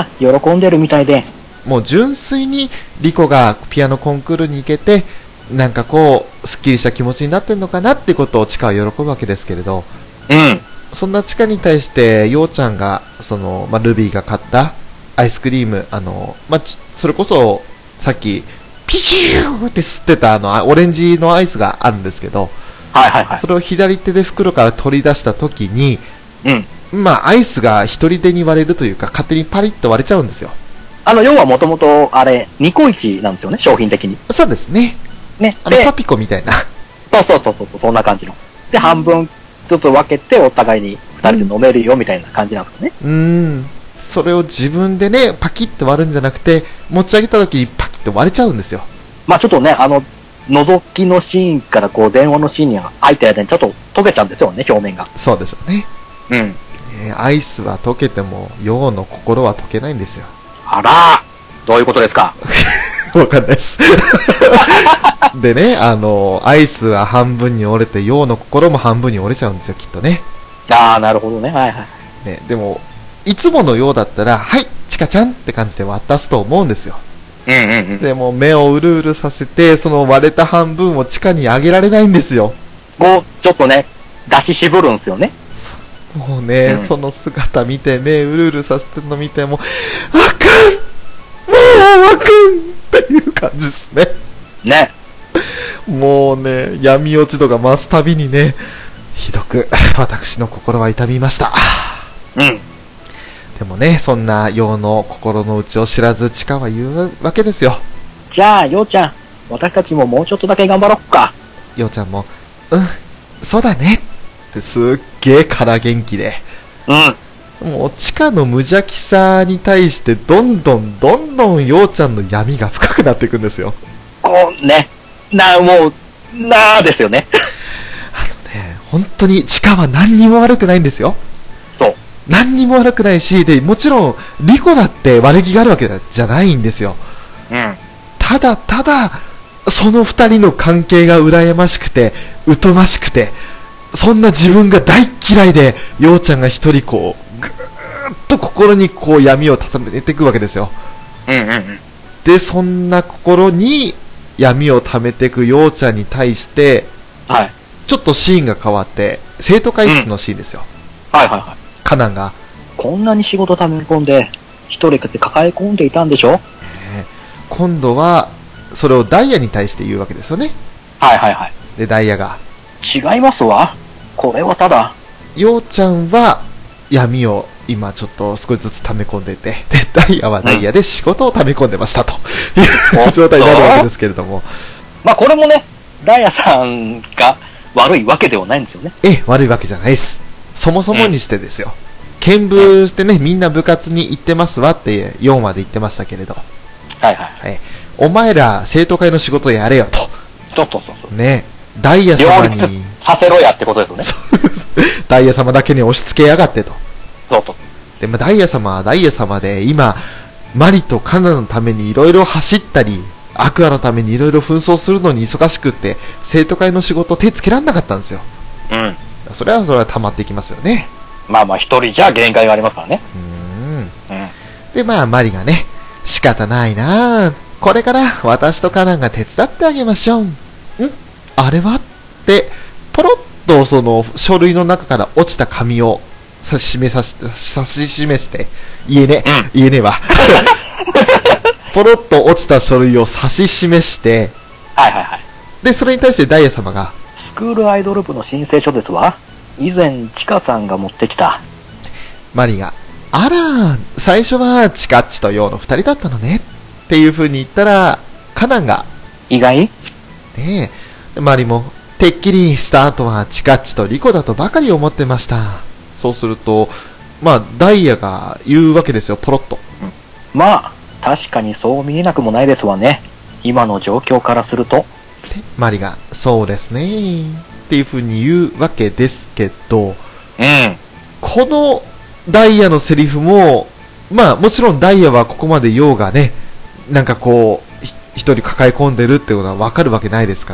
喜んでるみたいで、 もう純粋にリコがピアノコンクールに行けてなんかこうすっきりした気持ちになってんのかなってことをチカは喜ぶわけですけれど、うん。そんなチカに対してヨウちゃんがその、まあ、ルビーが買ったアイスクリーム、あの、まあ、それこそ、さっき、ピシューって吸ってたあの、オレンジのアイスがあるんですけど、はいはいはい。それを左手で袋から取り出したときに、うん。まあ、アイスが一人手に割れるというか、勝手にパリッと割れちゃうんですよ。 あの、要はもともと、あれ、ニコイチなんですよね、商品的に。 そうですね。ね。あの、パピコみたいな。 そうそうそうそう、そんな感じの。で、半分ずつ分けて、お互いに二人で飲めるよ、みたいな感じなんですかね。 うーん。それを自分でね、パキッと割るんじゃなくて、持ち上げた時にパキッと割れちゃうんですよ。 まあちょっとね、あの、覗きのシーンからこう電話のシーンに入った間にちょっと溶けちゃうんですよね、表面が。 そうでしょうね。うん。えー、アイスは溶けても、ヨウの心は溶けないんですよ。 あらどういうことですかわかんないです。でね、あの、アイスは半分に折れて、ヨウの心も半分に折れちゃうんですよ、きっとね。 ああ、なるほどね。はいはい。 ね、でも、いつものようだったら、はい、チカちゃんって感じで渡すと思うんですよ。うんうんうん。でも目をうるうるさせて、その割れた半分をチカにあげられないんですよ。 こう、ちょっとね、出し渋るんですよね。 もうね、うん、その姿見て、目うるうるさせてるの見ても、あかんもうあかんっていう感じですね。ね。もうね、闇落ち度が増すたびにね、ひどく、私の心は痛みました。うん。でもね、そんなヨウの心の内を知らずチカは言うわけですよ。 じゃあ、ヨウちゃん、私たちももうちょっとだけ頑張ろっか。 ヨウちゃんも、うん、そうだねってすっげえから元気で。うん。もうチカの無邪気さに対してどんどんどんどんヨウちゃんの闇が深くなっていくんですよ。 こうね、な、もう、なーですよね。 あのね、本当にチカは何にも悪くないんですよ。そう。何にも悪くないし、で、もちろん、リコだって悪気があるわけじゃないんですよ。うん。ただただ、その二人の関係が羨ましくて、疎ましくて、そんな自分が大嫌いで、ヨウちゃんが一人こう、ぐーっと心にこう闇を畳めていくわけですよ。うんうんうん。で、そんな心に闇を溜めていくヨウちゃんに対して、はい。ちょっとシーンが変わって、生徒会室のシーンですよ。うん、はいはいはい。カナンが、 こんなに仕事溜め込んで、一人で抱え込んでいたんでしょ、 えー、今度は、それをダイヤに対して言うわけですよね。はいはいはい。で、ダイヤが、 違いますわ。これはただ。 ヨウちゃんは、闇を今ちょっと少しずつ溜め込んでいて、で、ダイヤはダイヤで仕事を溜め込んでましたという状態になるわけですけれども。 まあこれもね、ダイヤさんが悪いわけではないんですよね。 ええ、悪いわけじゃないです。そもそもにしてですよ。見舞してね、みんな部活に行ってますわってよんわで言ってましたけれど。はいはい。はい、お前ら生徒会の仕事やれよと。 そうそうそうそう。 ね、ダイヤ様に。 させろやってことですよね。 ダイヤ様だけに押し付けやがってと。 そうそう。 で、まあ、ダイヤ様はダイヤ様で、今、マリとカナのためにいろいろ走ったり、アクアのためにいろいろ紛争するのに忙しくって、生徒会の仕事手つけらんなかったんですよ。うん。それはそれは溜まっていきますよね。 まあまあ一人じゃ限界がありますからね。うーん。うん。で、まあマリがね、仕方ないなぁ。これから私とカナンが手伝ってあげましょう。んあれはって、ポロッとその書類の中から落ちた紙を指し示さし、指し示して、言えね、うん、言えねえわ。 ポロッと落ちた書類を指し示して、 はいはいはい。 で、それに対してダイヤ様が、 スクールアイドル部の申請書ですわ。以前、チカさんが持ってきた。 マリが、あら、最初はチカッチとヨウの二人だったのね。っていう風に言ったら、カナンが、 意外ねえ、マリも、てっきりスタートはチカッチとリコだとばかり思ってました。そうすると、まあ、ダイヤが言うわけですよ、ポロッと。 うん、まあ、確かにそう見えなくもないですわね。今の状況からすると。 で、マリが、そうですねっていう風に言うわけですけど、 うん。 このダイヤのセリフも、まあ、もちろんダイヤはここまでヨウがね、なんかこう、一人抱え込んでるってことはわかるわけないですから。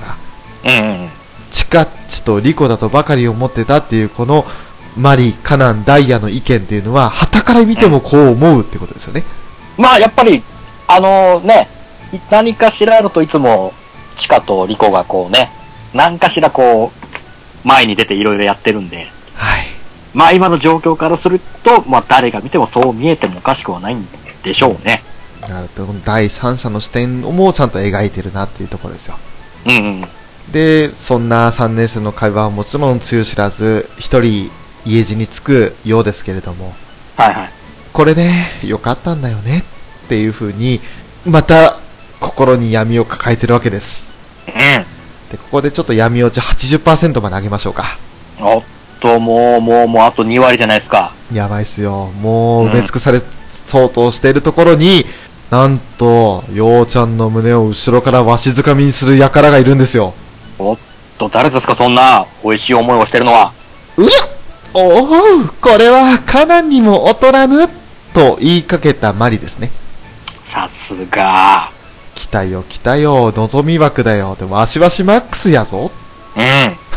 うん。 チカッチとリコだとばかり思ってたっていうこのマリ、カナン、ダイヤの意見っていうのは傍から見てもこう思うってことですよね。 まあやっぱりあのね、何かしらあるといつもチカとリコがこうね、何かしらこう前に出ていろいろやってるんで、 はい。 まあ今の状況からすると、まあ誰が見てもそう見えてもおかしくはないんでしょうね。 第三者の視点をもちゃんと描いてるなっていうところですよ。 うんうん。 で、そんなさんねん生の会話はもちろんつゆ知らず、一人家路に着くようですけれども、 はいはい。 これでよかったんだよねっていう風に、また心に闇を抱えてるわけです。 うん。 で、ここでちょっと闇落ち はちじゅっパーセント まで上げましょうか。 おっと、もう、もう、もう、あとに割じゃないですか。 やばいっすよ。もう埋め尽くされそうとしているところに、うん、なんと、ようちゃんの胸を後ろからわしづかみにする輩がいるんですよ。 おっと、誰ですか、そんな、美味しい思いをしてるのは。 うりゃおお、これは、カナンにも劣らぬ、と言いかけたマリですね。 さすが。 来たよ来たよ、望み枠だよ。でも、わしわしマックスやぞ。 うん。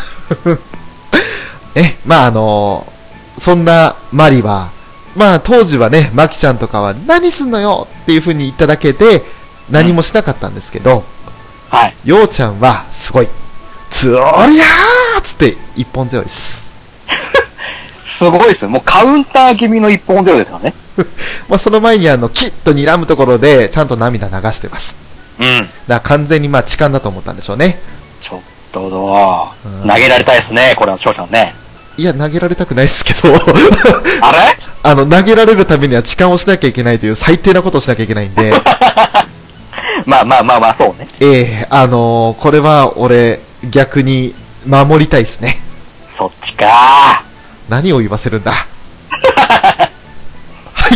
え、まああのー、そんなマリは、まあ当時はね、マキちゃんとかは何すんのよっていう風に言っただけで何もしなかったんですけど、 うん、はい。 ようちゃんはすごい、つおりゃーっつって一本強いです。 すごいですよ。もうカウンター気味の一本強いですよね。 まあその前にあの、キッと睨むところでちゃんと涙流してます。 うん。 だから完全にまあ痴漢だと思ったんでしょうね。 ちょっとどう、投げられたいですね、これは翔ちゃんね。 いや、投げられたくないですけど。 あれあの、投げられるためには痴漢をしなきゃいけないという最低なことをしなきゃいけないんで。 まあまあまあまあ、そうね。 ええー、あのー、これは俺、逆に守りたいですね。 そっちかー。 何を言わせるんだ。はい、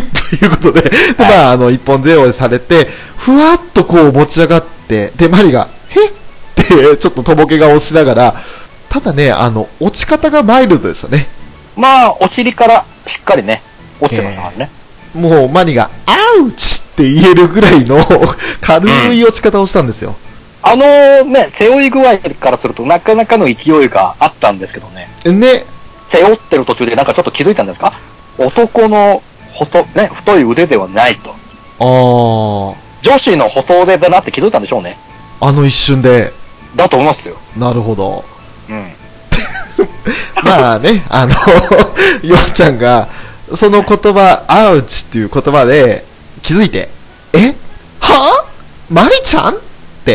ということで、でまあ、あの、一本背負いされて、ふわっとこう持ち上がって、で、マリが、へっってちょっととぼけ顔をしながら、ただね、あの、落ち方がマイルドでしたね。 まあ、お尻からしっかりね、落ちてましたからね。 えー、もう、マニが、アウチって言えるぐらいの軽い落ち方をしたんですよ。 うん、あのー、ね、背負い具合からするとなかなかの勢いがあったんですけどね。 ね。 背負ってる途中でなんかちょっと気づいたんですか？男の細、ね、太い腕ではないと。 あー。 女子の細腕だなって気づいたんでしょうね。 あの一瞬で。 だと思いますよ。 なるほど。 うん。 まあね、あの、ようちゃんが、その言葉、アウチっていう言葉で気づいて、えはぁマリちゃんって、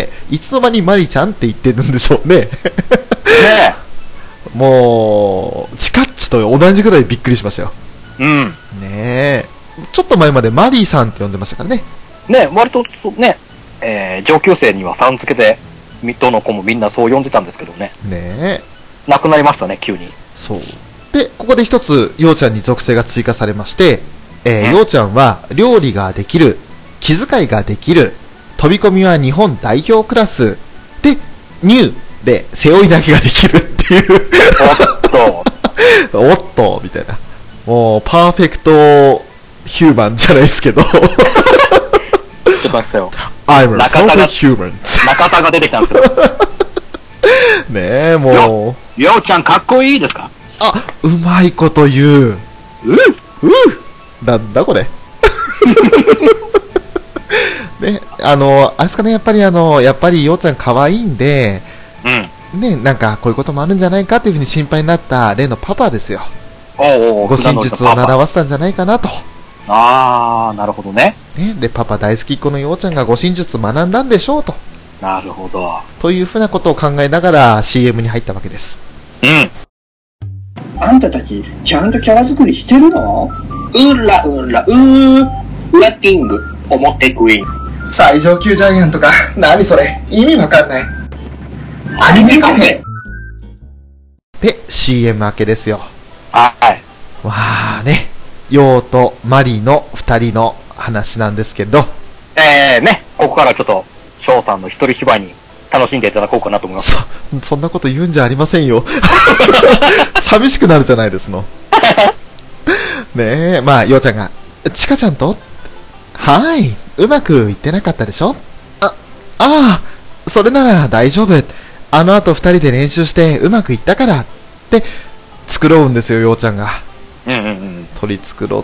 いつの間にマリちゃんって言ってるんでしょうね。ねえ。 もう、チカッチと同じぐらいびっくりしましたよ。 うん。 ねえ。ちょっと前までマリーさんって呼んでましたからね。 ね割とね、えー、上級生にはさん付けで、水戸の子もみんなそう呼んでたんですけどね。 ねえ。 なくなりましたね、急に。 そう。で、ここで一つ、ようちゃんに属性が追加されまして、えー、ようちゃんは料理ができる、気遣いができる、飛び込みは日本代表クラス、で、ニューで背負い投げができるっていう。 おっと。おっと、みたいな。もう、パーフェクトヒューマンじゃないですけど。ちょっと待ってよ。 I'm a perfect human. 中田が出てきたんですよ。 ねえ、もう。ようちゃんかっこいいですか？ あ、うまいこと言う。うううなんだこれ。ね、あの、あれですかね、やっぱりあの、やっぱりようちゃん可愛いんで、うん。ね、なんかこういうこともあるんじゃないかっていうふうに心配になった例のパパですよ。 おうおう、 護身術を習わせたんじゃないかなと。 あー、なるほどね。 ね、で、パパ大好きっ子のようちゃんが護身術学んだんでしょうと。 なるほど。 というふうなことを考えながら シーエム に入ったわけです。 うん。 あんたたち、ちゃんとキャラ作りしてるの？ うらうらうー、ウラキング、表クイーン。 最上級ジャイアントか。何それ。意味わかんない。アニメカフェ。 で、シーエム 明けですよ。 はい。 わーね、ヨウとマリの二人の話なんですけど。 えーね、ここからちょっと、翔さんの一人芝居に楽しんでいただこうかなと思います。 そ、そんなこと言うんじゃありませんよ。寂しくなるじゃないですの。ねえ、まあ、ようちゃんが、ちかちゃんとはい、うまくいってなかったでしょ？あ、ああ、それなら大丈夫。あの後二人で練習してうまくいったからって、作ろうんですよ、ようちゃんが。 うんうんうん。 取り繕って、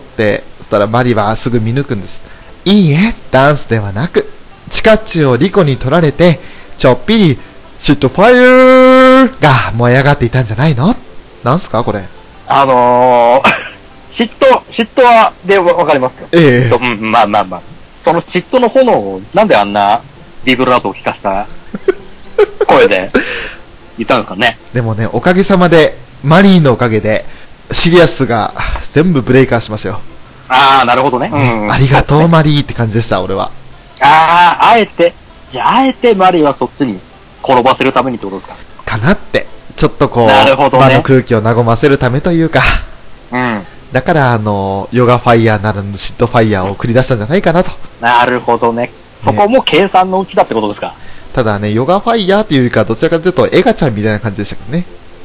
そしたらマリはすぐ見抜くんです。いいえ、ダンスではなく、チカッチをリコに取られて、ちょっぴり、シットファイヤーが燃え上がっていたんじゃないの？なんすかこれ。 あのー、嫉妬、嫉妬は、でわかりますよ。 ええうん、まあまあまあ。その嫉妬の炎を、なんであんな、ビブラートを聞かした声で、言ったんですかね。 でもね、おかげさまで、マリーのおかげで、シリアスが全部ブレイカーしましたよ。 ああ、なるほどね。 うん、ありがとう、ね、マリーって感じでした、俺は。 ああ、あえて、じゃあ、あえてマリーはそっちに転ばせるためにってことですか？ かなって、ちょっとこう、 なるほどね、 場の空気を和ませるためというか、 うん。 だから、あの、ヨガファイヤーならぬシットファイヤーを繰り出したんじゃないかなと。 なるほどね。そこも計算のうちだってことですか？ ただね、ヨガファイヤーというよりか、どちらかというと、エガちゃんみたいな感じでしたけどね。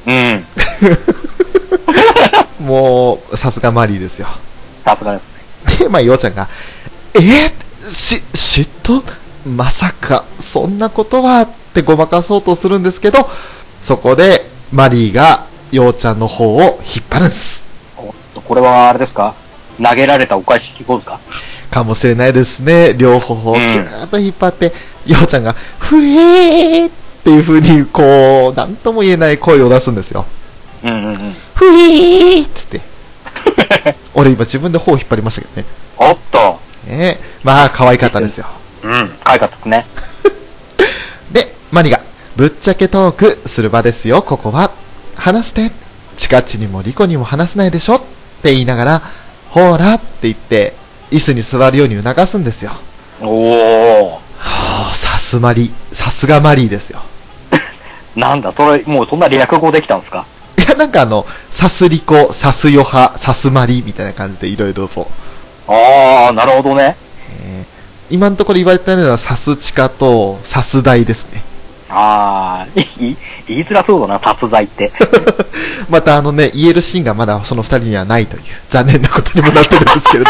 うん。 もう、さすがマリーですよ。 さすがですね。で、まあ、ヨウちゃんが、えー、し、嫉妬？まさか、そんなことは、ってごまかそうとするんですけど、そこで、マリーが、ヨウちゃんの方を引っ張るんです。 おっと、これはあれですか？投げられたお返し聞こうですか？ かもしれないですね。両方をキューッと引っ張って、うん、ヨウちゃんが、ふえーっていう風に、こう、なんとも言えない声を出すんですよ。 うんうんうん。 ふえーっつって。俺今自分で頬を引っ張りましたけどね。 おっと。 ねえ。まあ、可愛かったですよ。 うん、可愛かったですね。 で、マリが、ぶっちゃけトークする場ですよ、ここは。話して。チカッチにもリコにも話せないでしょって言いながら、ほーらって言って、椅子に座るように促すんですよ。 おー。 はぁ、さすマリ、さすがマリーですよ。 なんだ、それ、もうそんな略語できたんですか？ いや、なんかあの、サスリコ、サスヨハ、サスマリみたいな感じでいろいろと。 あー、なるほどね。 えー、今のところ言われてないのはサスチカとサスダイですね。 あー、い言いづらそうだな、殺罪って。 またあのね、言えるシーンがまだその二人にはないという残念なことにもなってるんですけれど。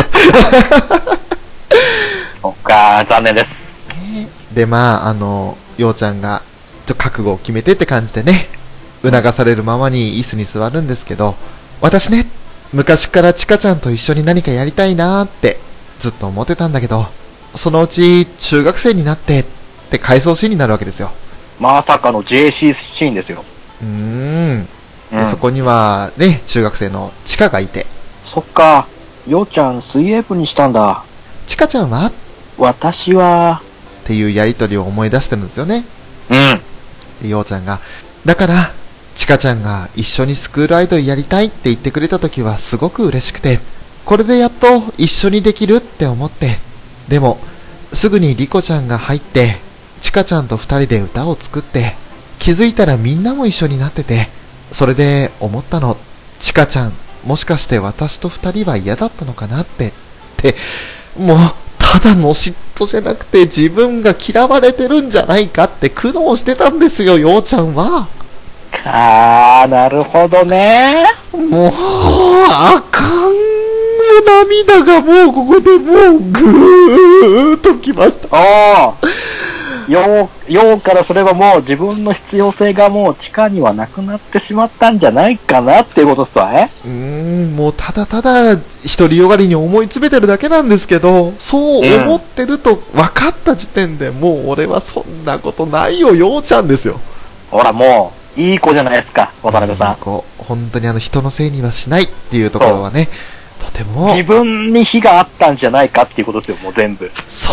そっかー、残念です。 で、まあ、あの、ようちゃんが、ちょ覚悟を決めてって感じでね、促されるままに椅子に座るんですけど、私ね、昔からチカちゃんと一緒に何かやりたいなーってずっと思ってたんだけど、そのうち中学生になってって回想シーンになるわけですよ。 まさかの ジェーシー シーンですよ。 うーん。 うん、 でそこにはね、中学生のチカがいて。 そっか、ようちゃん水泳部にしたんだ。 チカちゃんは私はっていうやりとりを思い出してるんですよね。 うん。 で、ようちゃんが、だから、チカちゃんが一緒にスクールアイドルやりたいって言ってくれた時はすごく嬉しくて、これでやっと一緒にできるって思って、でも、すぐにリコちゃんが入って、チカちゃんと二人で歌を作って、気づいたらみんなも一緒になってて、それで思ったの、チカちゃん、もしかして私と二人は嫌だったのかなって、って、もう、ただの嫉妬じゃなくて自分が嫌われてるんじゃないかって苦悩してたんですよ、ようちゃんは。 あー、なるほどね。 もう、あかん。涙がもうここでもうぐーっときました。 ああ。よう、ようからすればもう自分の必要性がもう地下にはなくなってしまったんじゃないかなっていうことっすわね。 うーん、もうただただ独りよがりに思い詰めてるだけなんですけど、そう思ってると分かった時点で、うん、もう俺はそんなことないよ、ようちゃんですよ。 ほらもう、いい子じゃないですか、渡辺さん。いい子。本当にあの人のせいにはしないっていうところはね、とても。 自分に非があったんじゃないかっていうことですよ、もう全部。 そう。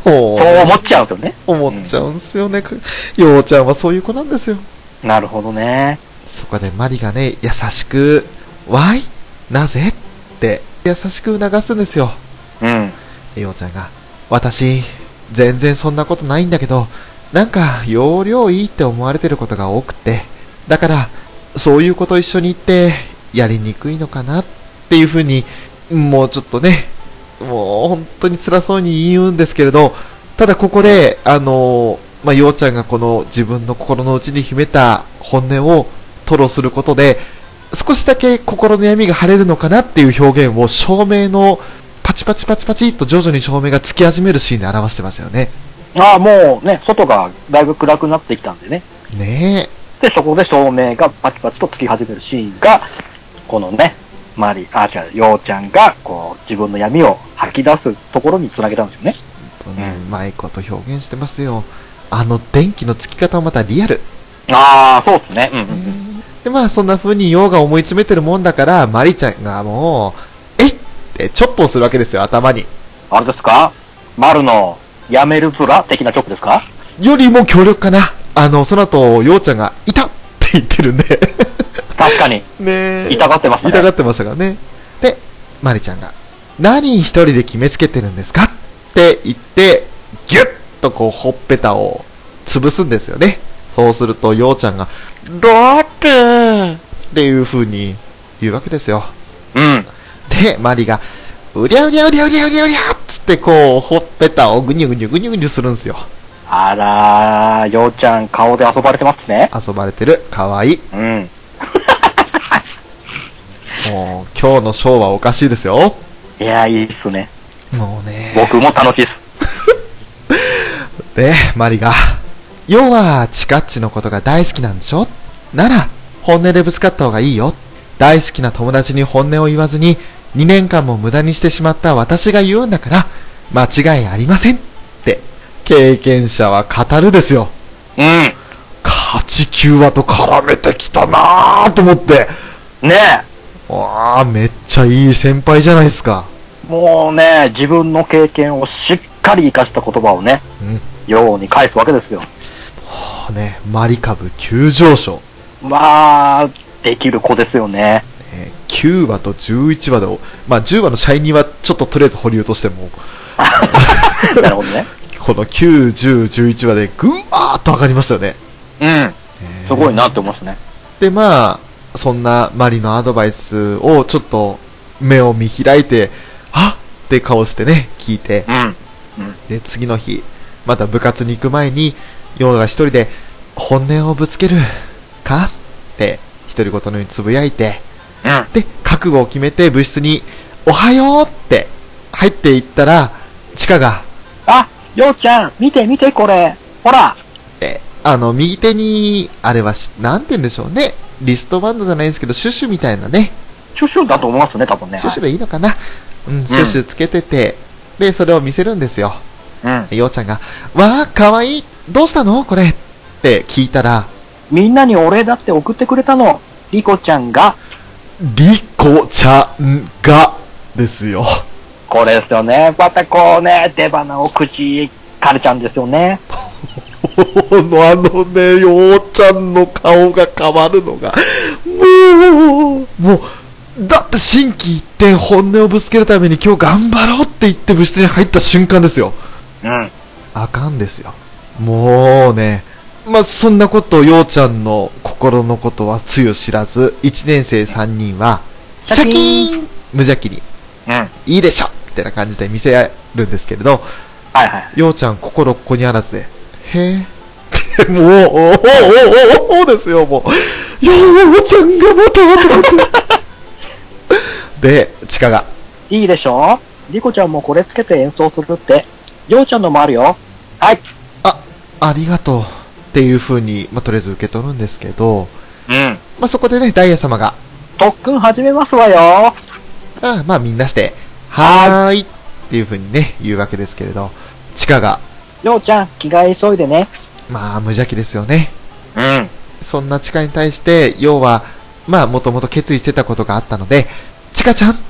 もう。 そう思っちゃうんですよね。 思っちゃうんですよね。うん、ようちゃんはそういう子なんですよ。 なるほどね。 そこでマリがね、優しく、わいなぜって優しく促すんですよ。 うん。 ようちゃんが、私、全然そんなことないんだけど、なんか、要領いいって思われてることが多くて、だから、そういうこと一緒に行って、やりにくいのかなっていうふうに、もうちょっとね、もう本当に辛そうに言うんですけれど、ただここで、あの、まあ、ようちゃんがこの自分の心の内に秘めた本音を吐露することで、少しだけ心の闇が晴れるのかなっていう表現を照明のパチパチパチパチっと徐々に照明がつき始めるシーンで表してましたよね。 ああ、もうね、外がだいぶ暗くなってきたんでね。 ねえ。で、そこで照明がパチパチとつき始めるシーンが、このね、マリ、あ、違う、ようちゃんが、こう、自分の闇を吐き出すところにつなげたんですよね。 本当にうまいこと表現してますよ。あの電気のつき方もまたリアル。 ああ、そうですね。うんうんうん。 で、まあ、そんな風にヨウが思い詰めてるもんだから、マリちゃんがもう、えいってチョップをするわけですよ、頭に。 あれですか？マルの、やめるプラ的なチョップですか？ よりも強力かな。あの、その後、ヨウちゃんが、いたって言ってるんで。 確かに。 ねえ。 痛がってましたね。 痛がってましたからね。で、マリちゃんが、何一人で決めつけてるんですかって言って、ギュッとこう、ほっぺたを潰すんですよね。そうすると、ヨウちゃんが、だってーっていう風に言うわけですよ。 うん。 で、マリが、うりゃうりゃうりゃうりゃうりゃうりゃっつってこう、ほっぺたをぐにゅぐにゅぐにゅぐにゅするんですよ。 あらー、ようちゃん顔で遊ばれてますね。 遊ばれてる。かわいい。 うん。 もう、今日のショーはおかしいですよ。 いやー、いいっすね。 もうね。 僕も楽しいっす。 で、マリが、要は、チカッチのことが大好きなんでしょ？なら、本音でぶつかった方がいいよ。大好きな友達に本音を言わずに、にねんかんも無駄にしてしまった私が言うんだから、間違いありませんって、経験者は語るですよ。 うん。 勝ちきゅうわと絡めてきたなぁと思って。 ねえ。わあ、めっちゃいい先輩じゃないですか。 もうね、自分の経験をしっかり生かした言葉をね、うん、ように返すわけですよ。 はあね、マリ株急上昇。 まあ、できる子ですよね。 えー、きゅうわとじゅういちわで、まあじゅうわのシャイニーはちょっととりあえず保留としても。 なるほどね。 このきゅう、じゅう、じゅういちわでぐわーっと上がりましたよね。 うん。えー、すごいなって思いますね。 で、まあ、そんなマリのアドバイスをちょっと目を見開いて、はっって顔してね、聞いて。 うん。うん、 で、次の日、また部活に行く前に、ヨウが一人で本音をぶつけるかって独り言のようにつぶやいて、 うん、 で、覚悟を決めて部室におはようって入っていったら、チカが、 あ、ヨウちゃん、見て見てこれ、ほらえ、あの、右手に、あれは、なんて言うんでしょうね。リストバンドじゃないですけど、シュシュみたいなね。 シュシュだと思いますね、多分ね。 シュシュでいいのかな。うん、シュシュつけてて、うん、で、それを見せるんですよ。 うん。 ヨウちゃんが、わー、かわいい、どうしたのこれって聞いたら、 みんなにお礼だって送ってくれたの。リコちゃんが。 リコちゃんが、ですよ。 これですよね。またこうね、出花をくじかれちゃうんですよね。 あのね、ヨウちゃんの顔が変わるのが、もう、もう、だって心機一転本音をぶつけるために今日頑張ろうって言って部室に入った瞬間ですよ。 うん。 あかんですよ。もうね、まあ、そんなことをヨウちゃんの心のことはつゆ知らず、いちねん生さんにんは、シャキーン無邪気に、 うん。 いいでしょみたいな感じで見せるんですけれど、 はいはい。 ヨウちゃん心ここにあらずで、へぇもう、おーおーおーおーですよ、もう。ヨウちゃんがまた、とかって。で、チカが。 いいでしょリコちゃんもこれつけて演奏するって。ヨウちゃんのもあるよ。はい。 あ、ありがとう。っていう風に、まあ、とりあえず受け取るんですけど、 うん。 まあ、そこでね、ダイヤ様が。 特訓始めますわよ。ああまあ、みんなして、はーい。っていう風にね、言うわけですけれど、チカが。 ヨウちゃん、着替え急いでね。 まあ、無邪気ですよね。 うん。 そんなチカに対して、ヨウは、まあ、もともと決意してたことがあったので、チカちゃんっ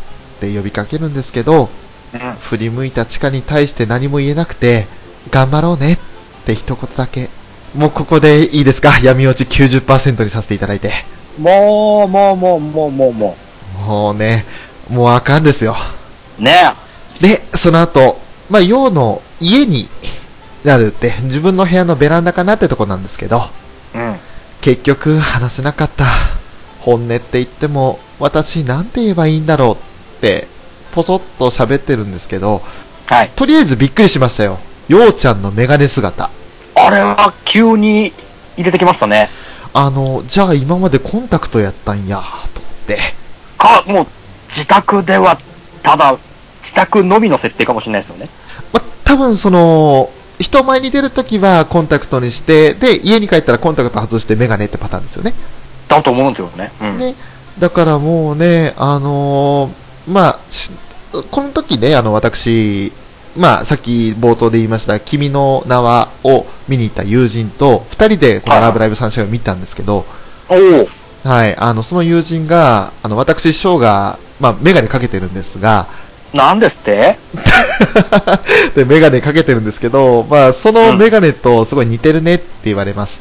って呼びかけるんですけど、うん、振り向いたチカに対して何も言えなくて、頑張ろうねって一言だけ。もうここでいいですか？闇落ち きゅうじゅっパーセント にさせていただいて。 もう、もう、もう、もう、もう、もう。もうね、もうあかんですよ。 ねえ。で、その後、まあ、陽の家になるって、自分の部屋のベランダかなってとこなんですけど、 うん。 結局話せなかった。本音って言っても、私なんて言えばいいんだろうって、ぽそっと喋ってるんですけど、 はい。 とりあえずびっくりしましたよ。陽ちゃんのメガネ姿。 あれは急に入れてきましたね。 あの、じゃあ今までコンタクトやったんや、と思って。 か、もう、自宅では、ただ、自宅のみの設定かもしれないですよね。 ま、多分その、人前に出るときはコンタクトにして、で、家に帰ったらコンタクト外してメガネってパターンですよね。 だと思うんですよね。うん。 ね、だからもうね、あのー、まあ、この時ね、あの、私、まあ、さっき冒頭で言いました、君の名はを見に行った友人と、二人でこのラブライブサンシャインを見たんですけど、 おはい、あの、その友人が、あの、私、ショーが、まあ、メガネかけてるんですが、 なんですってで、メガネかけてるんですけど、まあ、そのメガネとすごい似てるねって言われまして、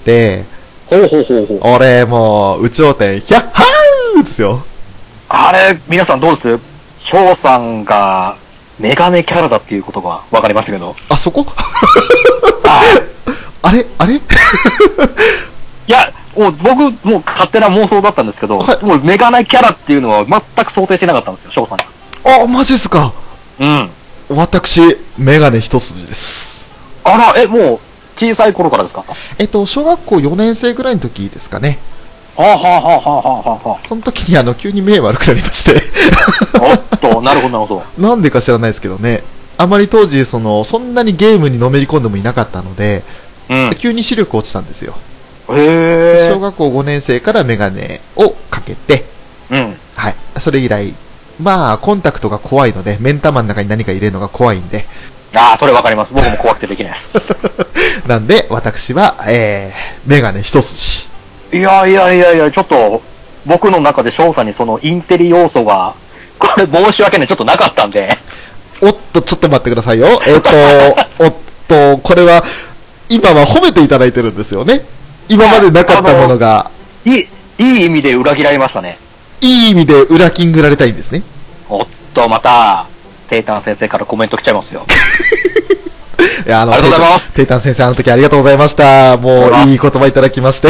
ほうほうほうほう。 俺、もう、有頂天、ヒャッハーですよ。 あれ、皆さんどうです？翔さんが、メガネキャラだっていうことが分かりましたけど。 あ、そこああれあれいや、もう僕、もう勝手な妄想だったんですけど、はい、もうメガネキャラっていうのは全く想定してなかったんですよ、翔さんが。 あ、マジっすか。 うん。 私、メガネ一筋です。 あら、え、もう、小さい頃からですか？ えっと、小学校よねん生ぐらいの時ですかね。 はあはあはあはあはあはあ。 その時にあの、急に目悪くなりましておっと、なるほどなるほど。 なんでか知らないですけどね。あまり当時、その、そんなにゲームにのめり込んでもいなかったので、うん、急に視力落ちたんですよ。 へ小学校ごねん生からメガネをかけて、 うん。 はい。それ以来、まあ、コンタクトが怖いので、目ん玉の中に何か入れるのが怖いんで。 ああ、それわかります。僕も怖くてできない。 なんで、私は、えー、メガネ一筋。 いやいやいやいや、ちょっと、僕の中で翔さんにそのインテリ要素が、これ申し訳ない、ちょっとなかったんで。 おっと、ちょっと待ってくださいよ。えっ、ー、と、おっと、これは、今は褒めていただいてるんですよね。今までなかったものが。 いい、いい意味で裏切られましたね。 いい意味で裏キングられたいんですね。 おっと、また、テイタン先生からコメント来ちゃいますよ。 いや、あの、 ありがとうございます。 テイタン先生、あの時ありがとうございました。もう、いい言葉いただきまして。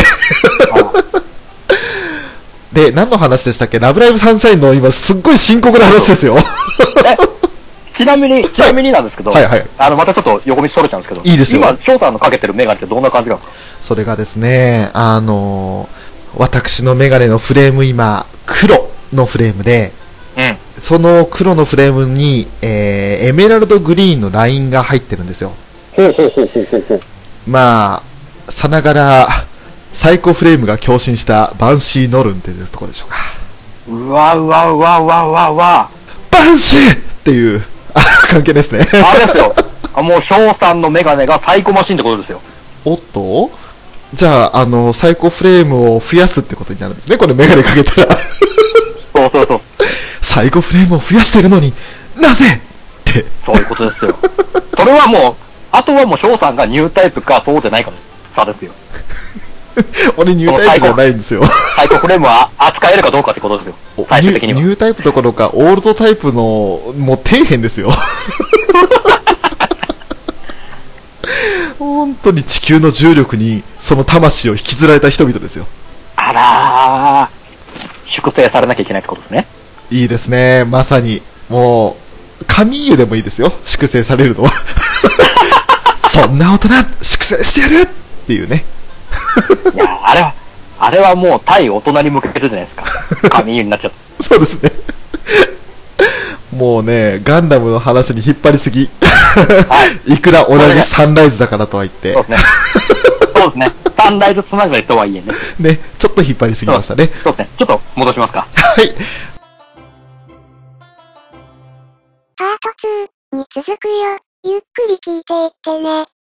で、何の話でしたっけ？ラブライブサンシャインの今、すっごい深刻な話ですよ。 ちなみに、ちなみになんですけど、 はいはいはい、 あの、またちょっと横道それちゃうんですけど、 いいですよ。 今、翔さんのかけてるメガネってどんな感じなんですか？ それがですね、あの、私のメガネのフレーム今、黒のフレームで、 うん。 その黒のフレームに、えー、エメラルドグリーンのラインが入ってるんですよ。 ほうほうほうほうほうほう。 まあ、さながら、サイコフレームが共振したバンシーノルンっていうところでしょうか。 うわうわうわうわうわうわ。 バンシーっていう、関係ですね。 あれですよ。もう翔さんのメガネがサイコマシンってことですよ。 おっとじゃあ、あの、サイコフレームを増やすってことになるんですね。これメガネかけたら。 そうそうそう。 サイコフレームを増やしてるのになぜって。 そういうことですよ。それはもう、あとはもう翔さんがニュータイプかそうでないかの差ですよ。 俺ニュータイプじゃないんですよ。 サイコフレームは扱えるかどうかってことですよ。最終的には。 ニュータイプどころか、オールドタイプの、もう底辺ですよ。本当に地球の重力にその魂を引きずられた人々ですよ。 あらー、粛清されなきゃいけないってことですね。 いいですね。まさに、もう、神湯でもいいですよ。粛清されるのは。そんな大人、粛清してやるっていうね。 いや、あれは、あれはもう対大人に向けてるじゃないですか。神湯になっちゃった。 そうですね。もうね、ガンダムの話に引っ張りすぎ。はい、いくら同じサンライズだからとは言って。 そうですね。そうですね。サンライズつながりとはいえね。 ね、ちょっと引っ張りすぎましたね。 そうですね。ちょっと戻しますか。 はい。 パートツーに続くよ。ゆっくり聞いていってね。